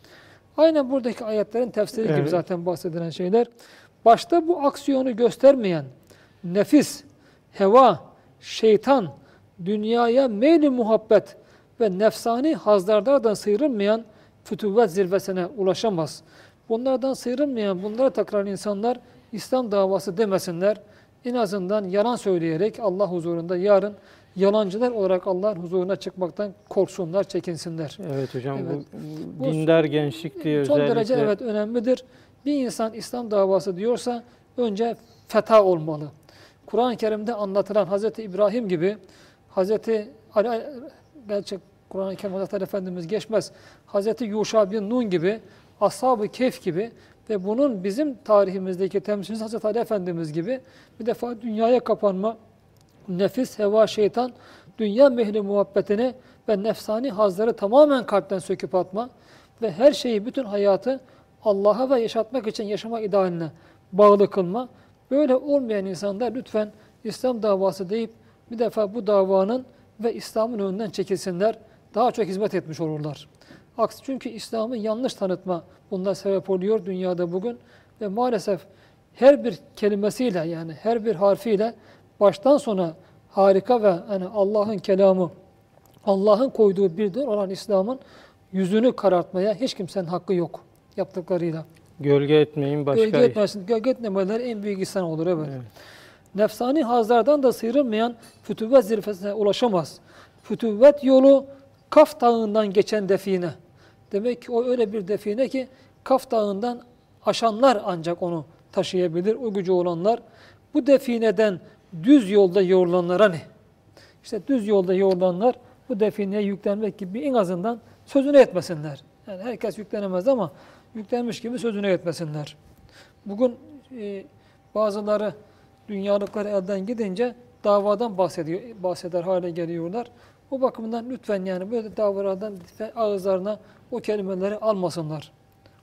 Aynen buradaki ayetlerin tefsiri evet. gibi zaten bahsedilen şeyler. Başta bu aksiyonu göstermeyen nefis, heva, şeytan, dünyaya meyli muhabbet ve nefsani hazlardan sıyrılmayan fütüvvet zirvesine ulaşamaz. Bunlardan sıyrılmayan, bunlara takılan insanlar İslam davası demesinler. En azından yalan söyleyerek Allah huzurunda yarın yalancılar olarak Allah huzuruna çıkmaktan korksunlar, çekinsinler. Evet hocam, Evet. bu dindar gençlik diye Son özellikle. derece evet önemlidir. Bir insan İslam davası diyorsa önce fetha olmalı. Kur'an-ı Kerim'de anlatılan Hazreti İbrahim gibi, Hazreti Ali, gerçi Kur'an-ı Kerim Hazreti Efendimiz geçmez, Hazreti Yuşa bin Nun gibi, Ashab-ı Kehf gibi ve bunun bizim tarihimizdeki temsilcisi Hazreti Ali Efendimiz gibi bir defa dünyaya kapanma, nefis, heva, şeytan, dünya mehli muhabbetini ve nefsani hazları tamamen kalpten söküp atma ve her şeyi, bütün hayatı Allah'a ve yaşatmak için yaşama idealine bağlı kılma. Böyle olmayan insanlar lütfen İslam davası deyip bir defa bu davanın ve İslam'ın önünden çekilsinler. Daha çok hizmet etmiş olurlar. Aksi çünkü İslam'ı yanlış tanıtma bundan sebep oluyor dünyada bugün ve maalesef her bir kelimesiyle, yani her bir harfiyle baştan sona harika ve yani Allah'ın kelamı, Allah'ın koyduğu bir din olan İslam'ın yüzünü karartmaya hiç kimsenin hakkı yok yaptıklarıyla. Gölge etmeyin başka Gölge iş. etmesin. Gölge etmemeleri en büyük ihsan olur. Evet. Evet. Nefsani hazlardan da sıyrılmayan fütüvvet zirvesine ulaşamaz. Fütüvvet yolu Kaf Dağı'ndan geçen define. Demek ki o öyle bir define ki Kaf Dağı'ndan aşanlar ancak onu taşıyabilir, o gücü olanlar. Bu defineden düz yolda yorulanlara ne? İşte düz yolda yorulanlar bu defineye yüklenmek gibi en azından sözünü etmesinler. Yani herkes yüklenemez ama yüklenmiş gibi sözünü etmesinler. Bugün e, bazıları dünyalıkları elden gidince davadan bahsediyor, bahseder hale geliyorlar. O bakımdan lütfen yani böyle davalardan ağızlarına o kelimeleri almasınlar.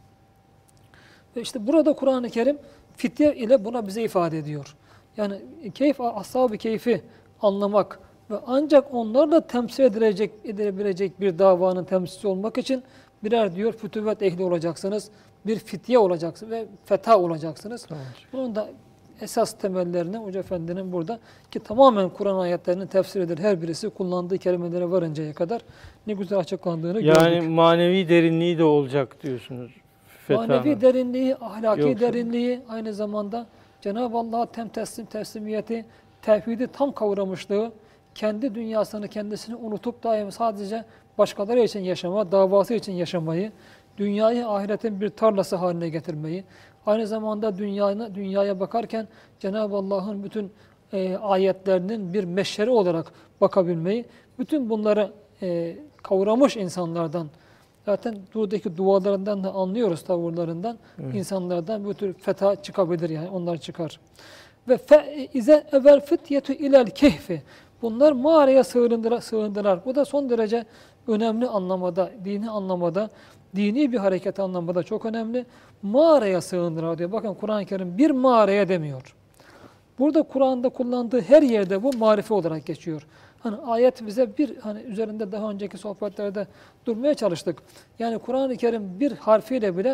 Ve işte burada Kur'an-ı Kerim fitye ile buna bize ifade ediyor. Yani keyif, ashab-ı keyfi anlamak ve ancak onlarla temsil edilecek, edilebilecek bir davanın temsilcisi olmak için birer diyor fütüvvet ehli olacaksınız, bir fitye olacaksınız ve fetha olacaksınız. Tamam. Bunun da esas temellerini Hoca Efendi'nin burada ki tamamen Kur'an ayetlerinin tefsiridir. Her birisi kullandığı kelimelere varıncaya kadar ne güzel açıklandığını yani gördük. Yani manevi derinliği de olacak diyorsunuz. Fetha'nın. Manevi derinliği, ahlaki Yoksa... derinliği, aynı zamanda Cenab-ı Allah'a tem teslim teslimiyeti, tevhidi tam kavramışlığı, kendi dünyasını kendisini unutup daima sadece başkaları için yaşama, davası için yaşamayı, dünyayı ahiretin bir tarlası haline getirmeyi, aynı zamanda dünyaya, dünyaya bakarken Cenab-ı Allah'ın bütün e, ayetlerinin bir meşheri olarak bakabilmeyi, bütün bunları e, kavramış insanlardan, zaten buradaki dualarından da anlıyoruz, tavırlarından, evet. insanlardan bu tür fetha çıkabilir, yani onlar çıkar. Ve fe ize evvel fityetu ilel kehfi. Bunlar mağaraya sığındılar, sığındılar. Bu da son derece önemli anlamada, dini anlamada, dini bir hareket anlamada çok önemli. Mağaraya sığındılar diyor. Bakın Kur'an-ı Kerim bir mağaraya demiyor. Burada Kur'an'da kullandığı her yerde bu marife olarak geçiyor. Hani ayet bize bir, hani üzerinde daha önceki sohbetlerde durmaya çalıştık. Yani Kur'an-ı Kerim bir harfiyle bile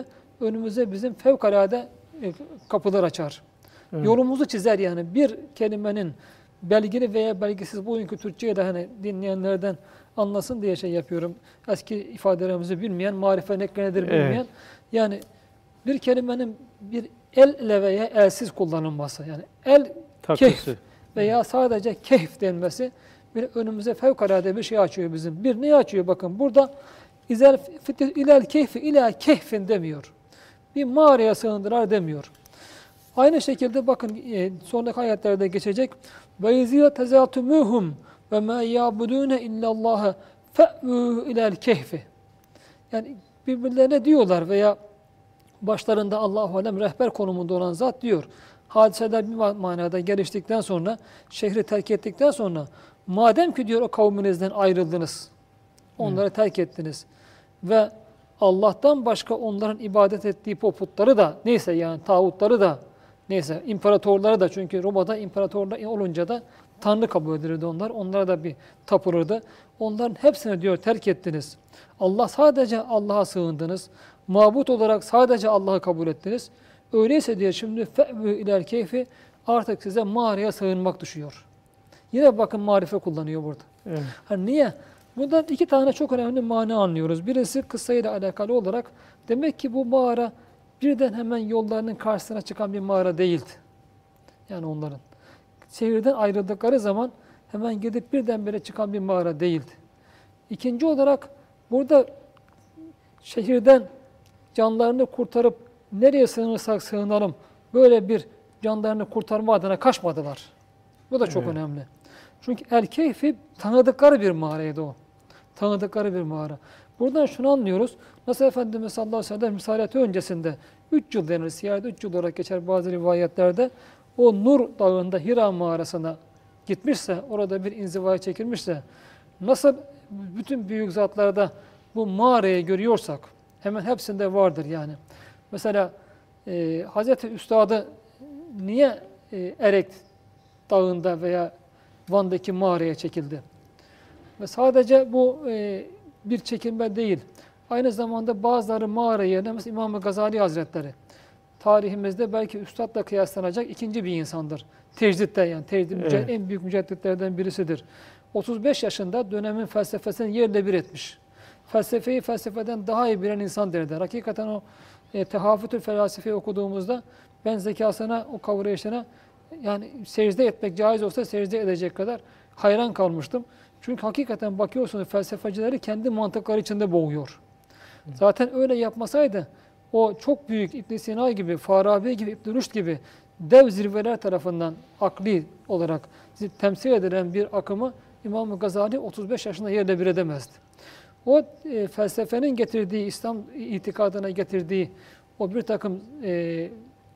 önümüze bizim fevkalade e, kapılar açar. Evet. Yolumuzu çizer yani. Bir kelimenin belgeli veya belgisiz, bugünkü Türkçe'yi de hani dinleyenlerden anlasın diye şey yapıyorum. Eski ifadelerimizi bilmeyen, marife neklenedir bilmeyen. Evet. Yani bir kelimenin bir el ile veya elsiz kullanılması. Yani el Takısı. keyf veya sadece keyf denmesi bir önümüze fevkalade bir şey açıyor bizim. Bir ne açıyor bakın burada izel ilel keyfi ila keyfin demiyor. Bir mağaraya sığındılar demiyor. Aynı şekilde bakın e, sonraki ayetlerde geçecek. Ve izî tezâtumûhum ve mâ yâbudûne illallâhe fe'vû ilel keyfi. Yani birbirlerine diyorlar veya başlarında Allahu alem rehber konumunda olan zat diyor. Hadiseler bir manada geliştikten sonra, şehri terk ettikten sonra madem ki diyor o kavminizden ayrıldınız, onları hmm. terk ettiniz ve Allah'tan başka onların ibadet ettiği putları da neyse yani tağutları da neyse imparatorları da çünkü Roma'da imparatorlar olunca da Tanrı kabul edilirdi onlar. Onlara da bir tapılırdı. Onların hepsini diyor terk ettiniz. Allah sadece Allah'a sığındınız. Mabut olarak sadece Allah'ı kabul ettiniz. Öyleyse diyor şimdi fe'vü iler keyfi artık size mağaraya sığınmak düşüyor. Yine bakın marife kullanıyor burada. Evet. Hani niye? Bundan iki tane çok önemli mana anlıyoruz. Birisi kıssayla alakalı olarak demek ki bu mağara birden hemen yollarının karşısına çıkan bir mağara değildi. Yani onların. Şehirden ayrıldıkları zaman hemen gidip birdenbire çıkan bir mağara değildi. İkinci olarak burada şehirden canlarını kurtarıp nereye sığınırsak sığınalım böyle bir canlarını kurtarma adına kaçmadılar. Bu da çok evet. önemli. Çünkü el-keyfi tanıdıkları bir mağaraydı o. Tanıdıkları bir mağara. Buradan şunu anlıyoruz. Nasıl Efendimiz sallallahu aleyhi ve sellem misaliyeti öncesinde üç yıl denir. Siyahide üç yıl olarak geçer bazı rivayetlerde. O Nur Dağı'nda Hira mağarasına gitmişse, orada bir inzivaya çekilmişse, nasıl bütün büyük zatlarda bu mağarayı görüyorsak, hemen hepsinde vardır yani. Mesela e, Hazreti Üstad'ı niye e, Erek Dağı'nda veya Van'daki mağaraya çekildi? Ve sadece bu e, bir çekilme değil. Aynı zamanda bazıları mağara yerine mesela İmam-ı Gazali Hazretleri tarihimizde belki üstadla kıyaslanacak ikinci bir insandır. Tecdidde yani tecdid evet. en büyük mücedditlerden birisidir. otuz beş yaşında dönemin felsefesini yerle bir etmiş. Felsefeyi felsefeden daha iyi bilen insan derler. Hakikaten o e, Tehafütül Felsefeyi okuduğumuzda ben zekasına, o kavrayışına yani secde etmek caiz olsa secde edecek kadar hayran kalmıştım. Çünkü hakikaten bakıyorsunuz felsefecileri kendi mantıkları içinde boğuyor. Zaten öyle yapmasaydı o çok büyük İbn Sina gibi, Farabi gibi, İbn Rüşd gibi dev zirveler tarafından akli olarak temsil edilen bir akımı İmam-ı Gazali otuz beş yaşında yerle bir edemezdi. O e, felsefenin getirdiği, İslam itikadına getirdiği o bir takım e,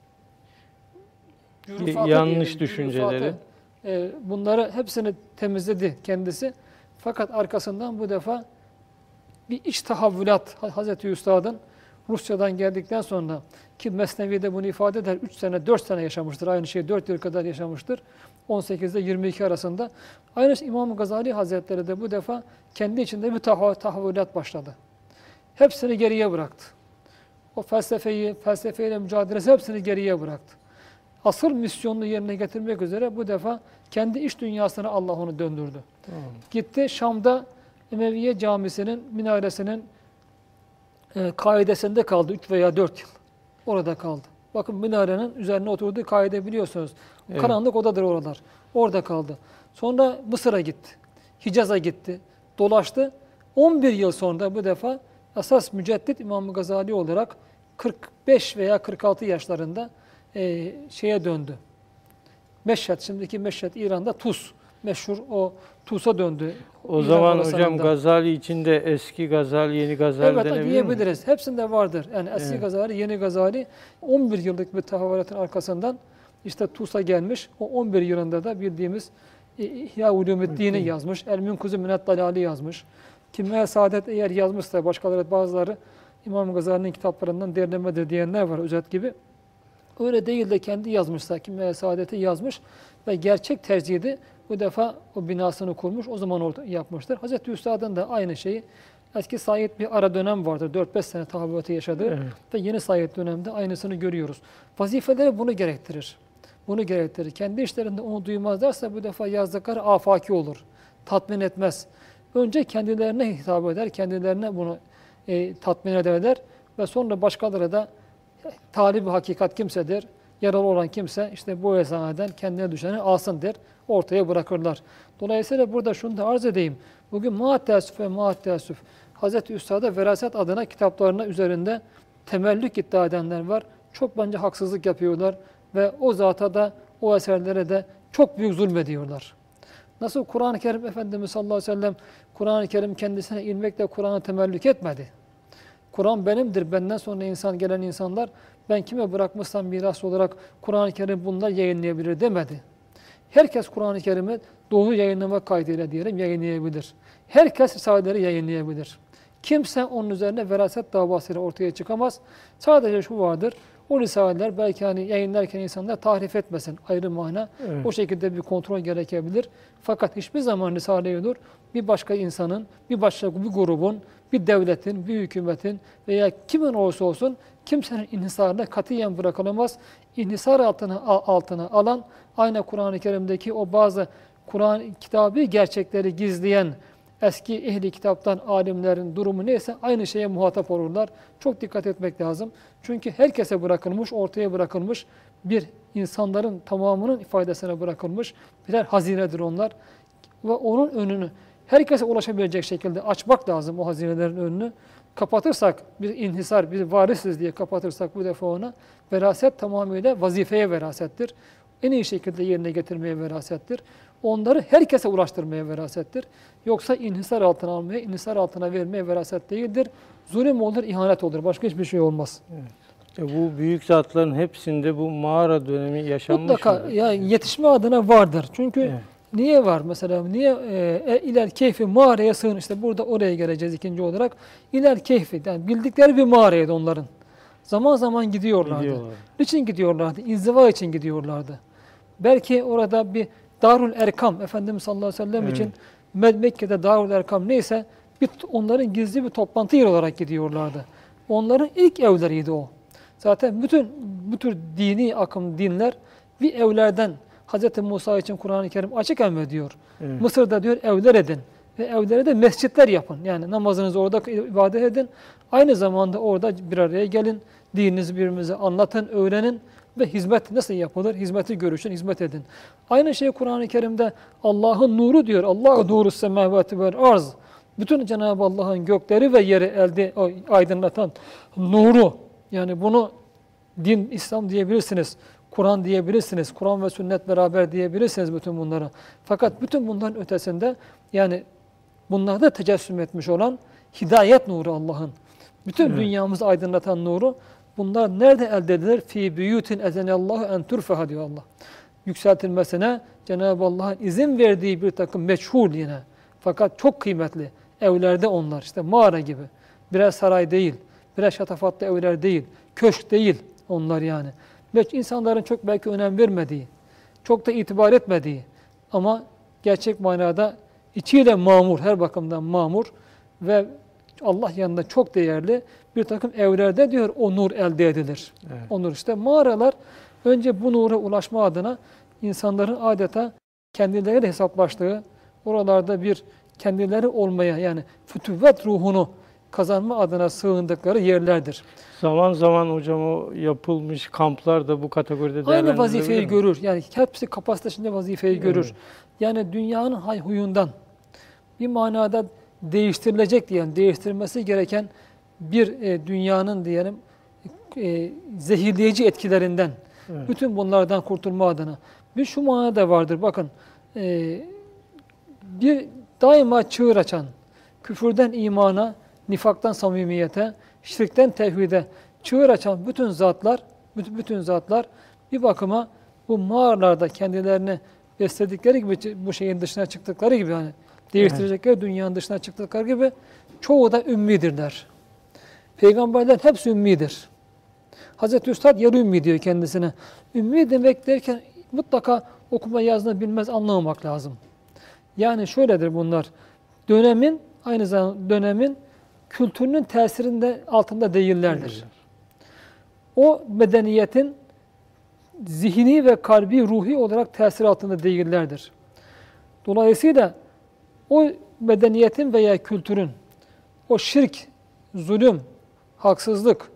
yanlış diyelim, düşünceleri. E, bunları hepsini temizledi kendisi. Fakat arkasından bu defa bir iç tahavvülat Hazreti Üstad'ın Rusya'dan geldikten sonra ki Mesnevi'de bunu ifade eder. üç sene, dört sene yaşamıştır. Aynı şey dört yıl kadar yaşamıştır. on sekizde yirmi iki arasında. Aynı İmam-ı Gazali Hazretleri de bu defa kendi içinde bir tahavvülat başladı. Hepsini geriye bıraktı. O felsefeyi, felsefeyle mücadelesi hepsini geriye bıraktı. Asıl misyonunu yerine getirmek üzere bu defa kendi iç dünyasına Allah onu döndürdü. Hmm. Gitti Şam'da Emeviye Camisi'nin minaresinin e, kaidesinde kaldı üç veya dört yıl. Orada kaldı. Bakın minarenin üzerine oturduğu kaide biliyorsunuz. Evet. Karanlık odadır oralar. Orada kaldı. Sonra Mısır'a gitti. Hicaz'a gitti. Dolaştı. on bir yıl sonra bu defa esas müceddit İmam-ı Gazali olarak kırk beş veya kırk altı yaşlarında e, şeye döndü. Meşhed, şimdiki Meşhed İran'da Tuz. Meşhur o Tuz'a döndü. O İran zaman arasında. hocam Gazali içinde eski Gazali, yeni Gazali evet, denebilir mi? diyebiliriz. Hepsinde vardır. Yani eski evet. Gazali, yeni Gazali on bir yıllık bir tahavvülatın arkasından işte Tuz'a gelmiş. O on bir yılında da bildiğimiz İhya Ulumuddin'i yazmış. El-Münkuzu Mined Dalali yazmış. Kimme Saadet eğer yazmışsa başkaları bazıları İmam Gazali'nin kitaplarından derlemedir diyenler var özet gibi. Öyle değil de kendi yazmışsa Kimme Saadet'i yazmış ve gerçek tercihdi. Bu defa o binasını kurmuş, o zaman orada yapmıştır. Hazreti Üstad'ın da aynı şeyi Eski Said bir ara dönem vardır. dört beş sene tahabbütü yaşadı. Evet. Ve yeni Said dönemde aynısını görüyoruz. Vazifeleri bunu gerektirir. Bunu gerektirir. Kendi işlerinde onu duymazlarsa bu defa yazdıkları afaki olur. Tatmin etmez. Önce kendilerine hitap eder. Kendilerine bunu e, tatmin ederler. Ve sonra başkaları da talib-i hakikat kimsedir. Yaralı olan kimse işte bu esnada kendine düşeni alsın der. Ortaya bırakırlar. Dolayısıyla burada şunu da arz edeyim. Bugün maat teessüf ve maat teessüf. Hazreti Üstad'a veraset adına kitaplarına üzerinde temellük iddia edenler var. Çok bence haksızlık yapıyorlar. Ve o zata da o eserlere de çok büyük zulmediyorlar. Nasıl Kur'an-ı Kerim Efendimiz sallallahu aleyhi ve sellem Kur'an-ı Kerim kendisine ilmekle Kur'an'a temellük etmedi. Kur'an benimdir. Benden sonra insan gelen insanlar ben kime bırakmışsam miras olarak Kur'an-ı Kerim bunlar yayınlayabilir demedi. Herkes Kur'an-ı Kerim'i doğru yayınlamak kaydıyla diyelim yayınlayabilir. Herkes risaleleri yayınlayabilir. Kimse onun üzerine veraset davasıyla ortaya çıkamaz. Sadece şu vardır. O risaleler belki hani yayınlarken insanlar tahrif etmesin ayrı mana. Evet. O şekilde bir kontrol gerekebilir. Fakat hiçbir zaman risale olur bir başka insanın, bir başka bir grubun, bir devletin, bir hükümetin veya kimin olursa olsun kimsenin inhisarına katiyen bırakılamaz. İnhisar altına, altına alan aynı Kur'an-ı Kerim'deki o bazı Kur'an kitabı gerçekleri gizleyen eski ehli kitaptan alimlerin durumu neyse aynı şeye muhatap olurlar. Çok dikkat etmek lazım. Çünkü herkese bırakılmış, ortaya bırakılmış bir insanların tamamının ifadesine bırakılmış birer hazinedir onlar. Ve onun önünü herkese ulaşabilecek şekilde açmak lazım o hazinelerin önünü. Kapatırsak, bir inhisar, bir varisiz diye kapatırsak bu defa ona veraset tamamıyla vazifeye verasettir. En iyi şekilde yerine getirmeye verasettir. Onları herkese ulaştırmaya verasettir. Yoksa inhisar altına almaya, inhisar altına vermeye veraset değildir. Zulüm olur, ihanet olur. Başka hiçbir şey olmaz. Evet. E bu büyük zatların hepsinde bu mağara dönemi yaşanmış Mutlaka mı? yani yetişme adına vardır. Çünkü Evet. niye var mesela? Niye e, iler keyfi mağaraya sığın? İşte burada oraya geleceğiz ikinci olarak. İler keyfi yani bildikleri bir mağaraydı onların. Zaman zaman gidiyorlardı. Gidiyorlar. Niçin gidiyorlardı? İnziva için gidiyorlardı. Belki orada bir Darül Erkam, Efendimiz sallallahu aleyhi ve sellem Evet. için Mekke'de Darül Erkam neyse bir, onların gizli bir toplantı yeri olarak gidiyorlardı. Onların ilk evleriydi o. Zaten bütün bu tür dini akım, dinler bir evlerden Hz. Musa için Kur'an-ı Kerim açık emrediyor. Evet. Mısır'da diyor evler edin ve evlere de mescitler yapın. Yani namazınızı orada ibadet edin. Aynı zamanda orada bir araya gelin, dininizi birbirimize anlatın, öğrenin ve hizmet nasıl yapılır? Hizmeti görüşün, hizmet edin. Aynı şey Kur'an-ı Kerim'de Allah'ın nuru diyor. Allahu nuru semavati vel arz. Bütün Cenab-ı Allah'ın gökleri ve yeri elde aydınlatan nuru. Yani bunu din, İslam diyebilirsiniz. Kur'an diyebilirsiniz. Kur'an ve sünnet beraber diyebilirsiniz bütün bunları. Fakat bütün bunların ötesinde yani bunlarda tecessüm etmiş olan hidayet nuru Allah'ın. Bütün Evet. dünyamızı aydınlatan nuru. Bunlar nerede elde edilir? Fî büyûtin ezenallahu en turfeha diyor Allah. Yükseltilmesine Cenab-ı Allah'ın izin verdiği bir takım meçhul yine. Fakat çok kıymetli. Evlerde onlar işte mağara gibi. Birer saray değil. Birer şatafatlı evler değil. Köşk değil onlar yani. Ve insanların çok belki önem vermediği, çok da itibar etmediği ama gerçek manada içiyle mamur, her bakımdan mamur ve Allah yanında çok değerli bir takım evlerde diyor o nur elde edilir. Evet. O nur işte mağaralar önce bu nura ulaşma adına insanların adeta kendileriyle hesaplaştığı, oralarda bir kendileri olmaya yani fütüvvet ruhunu kazanma adına sığındıkları yerlerdir. Zaman zaman hocam o yapılmış kamplar da bu kategoride değerlendirilebilir Aynı vazifeyi mi? görür. Yani hepsi kapasitesinde vazifeyi görür. Evet. Yani dünyanın hay huyundan bir manada değiştirilecek diyelim, değiştirilmesi gereken bir e, dünyanın diyelim e, zehirleyici etkilerinden, Evet. bütün bunlardan kurtulma adına. Bir şu manada vardır bakın, e, bir daima çığır açan, küfürden imana, nifaktan samimiyete, şirkten tevhide çığır açan bütün zatlar, bütün, bütün zatlar bir bakıma bu mağaralarda kendilerini besledikleri gibi bu şeyin dışına çıktıkları gibi hani değiştirecekleri evet. Dünyanın dışına çıktıkları gibi çoğu da ümmidirler. Peygamberler hepsi ümmidir. Hazreti Üstad yarı ümmi diyor kendisine. Ümmi demek derken mutlaka okuma yazma bilmez anlamamak lazım. Yani şöyledir bunlar. Dönemin aynı zamanda dönemin kültürünün tesirinde altında değillerdir. O medeniyetin zihni ve kalbi, ruhi olarak tesir altında değillerdir. Dolayısıyla o medeniyetin veya kültürün o şirk, zulüm, haksızlık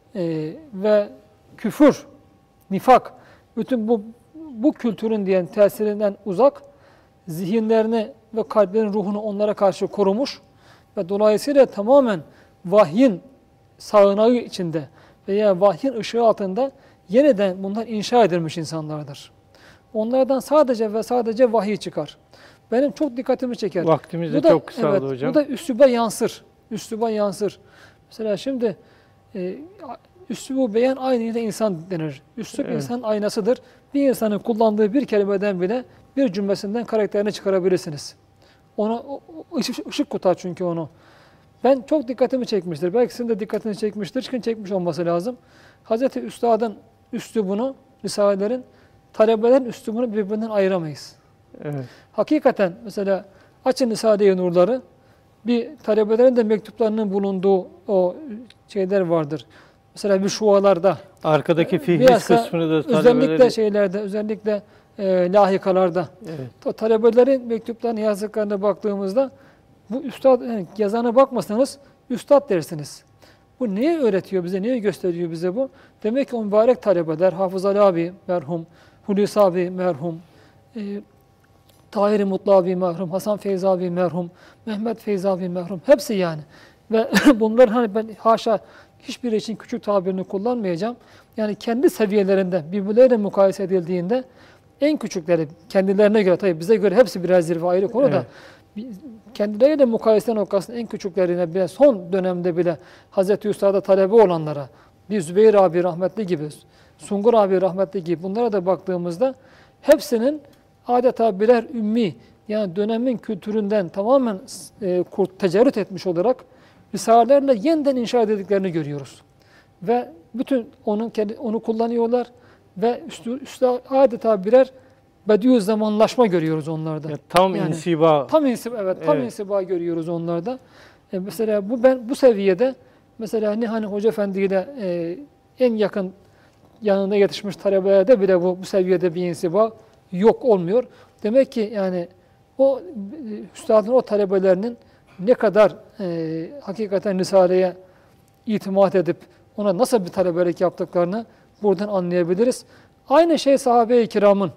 e, ve küfür, nifak, bütün bu bu kültürün diyen tesirinden uzak, zihinlerini ve kalplerin ruhunu onlara karşı korumuş ve dolayısıyla tamamen vahyin sağanağı içinde veya vahyin ışığı altında yeniden bunlar inşa edilmiş insanlardır. Onlardan sadece ve sadece vahiy çıkar. Benim çok dikkatimi çeker. Vaktimiz de bu da, çok kısaldı evet, hocam. Bu da üsluba yansır. Üsluba yansır. Mesela şimdi e, üslubu beyan aynı de insan denir. Üslup Evet. insanın aynasıdır. Bir insanın kullandığı bir kelimeden bile bir cümlesinden karakterini çıkarabilirsiniz. Ona o, o, ışık, ışık tutar çünkü onu. Ben çok dikkatimi çekmiştir. Belki sizin de dikkatini çekmiştir. Çıkın çekmiş olması lazım. Hazreti Üstad'ın üslubunu, Risalelerin, talebelerin üslubunu birbirinden ayıramayız. Evet. Hakikaten mesela açın Risale-i Nurları, bir talebelerin de mektuplarının bulunduğu o şeyler vardır. Mesela bir şualarda, Arkadaki fihris bilhassa kısmını da özellikle talebeleri... şeylerde, özellikle e, lahikalarda, Evet. o talebelerin mektuplarına, yazdıklarına baktığımızda bu üstad, yani yazana bakmasanız üstad dersiniz. Bu neyi öğretiyor bize, neyi gösteriyor bize bu? Demek ki o mübarek talebeler, Hafız Ali abi merhum, Hulusi abi merhum, e, Tahir-i Mutlu abi merhum, Hasan Feyzi abi merhum, Mehmet Feyzi abi merhum, hepsi yani. Ve bunlar hani ben haşa hiçbir için küçük tabirini kullanmayacağım. Yani kendi seviyelerinde birbirleriyle mukayese edildiğinde en küçükleri kendilerine göre, tabii bize göre hepsi birer zirve ayrı konu Evet. da kendileriyle mukayese noktasında en küçüklerine bile son dönemde bile Hazreti Üstad'a talebe olanlara, bir Zübeyir abi rahmetli gibi, Sungur abi rahmetli gibi bunlara da baktığımızda hepsinin adeta birer ümmi, yani dönemin kültüründen tamamen e, tecerrüt etmiş olarak risalelerle yeniden inşa edildiklerini görüyoruz. Ve bütün onun onu kullanıyorlar ve üstü, üstü adeta birer bediüzzamanlaşma görüyoruz onlarda. Ya, tam yani, insiba. Tam insiba, evet, tam Evet. insiba görüyoruz onlarda. E, mesela bu ben bu seviyede mesela hani hani Hoca Efendi ile e, en yakın yanında yetişmiş talebelerde bile bu, bu seviyede bir insiba yok, olmuyor. Demek ki yani o e, üstadın o talebelerinin ne kadar e, hakikaten Risale'ye itimat edip ona nasıl bir talebelik yaptıklarını buradan anlayabiliriz. Aynı şey sahabe-i kiramın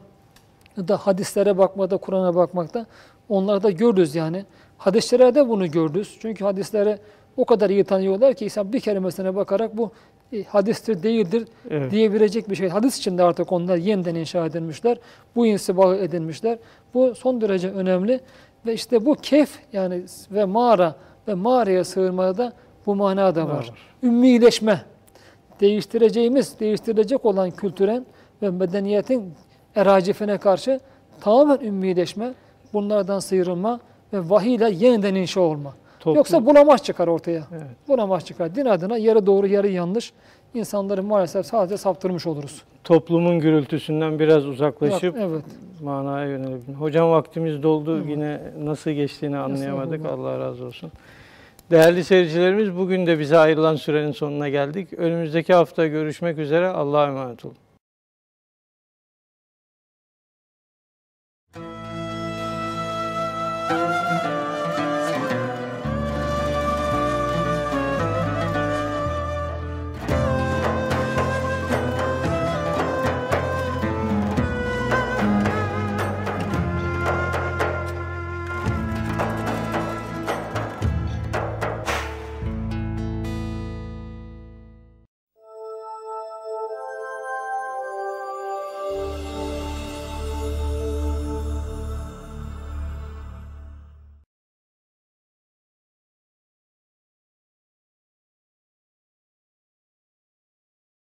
da hadislere bakmakta, Kur'an'a bakmakta onlarda görürüz yani. Hadislere de bunu görürüz. Çünkü hadisleri o kadar iyi tanıyorlar ki insan bir kelimesine bakarak bu e, hadistir, değildir Evet. diyebilecek bir şey. Hadis içinde artık onlar yeniden inşa edilmişler. Bu insibağı edilmişler. Bu son derece önemli. Ve işte bu keyf yani ve mağara ve mağaraya sığınmada da bu mana da var. Var. Ümmileşme. Değiştireceğimiz, değiştirilecek olan kültüren ve medeniyetin eracifine karşı tamamen ümmileşme, bunlardan sıyrılma ve vahiy ile yeniden inşa olma. Toplum. Yoksa bulamaç çıkar ortaya. Evet. Bulamaç çıkar. Din adına yarı doğru, yarı yanlış insanları maalesef sadece saptırmış oluruz. Toplumun gürültüsünden biraz uzaklaşıp Evet. manaya yönelelim. Hocam vaktimiz doldu. Evet. Yine nasıl geçtiğini anlayamadık. Estağfurullah. Allah razı olsun. Değerli seyircilerimiz, bugün de bize ayrılan sürenin sonuna geldik. Önümüzdeki hafta görüşmek üzere. Allah'a emanet olun.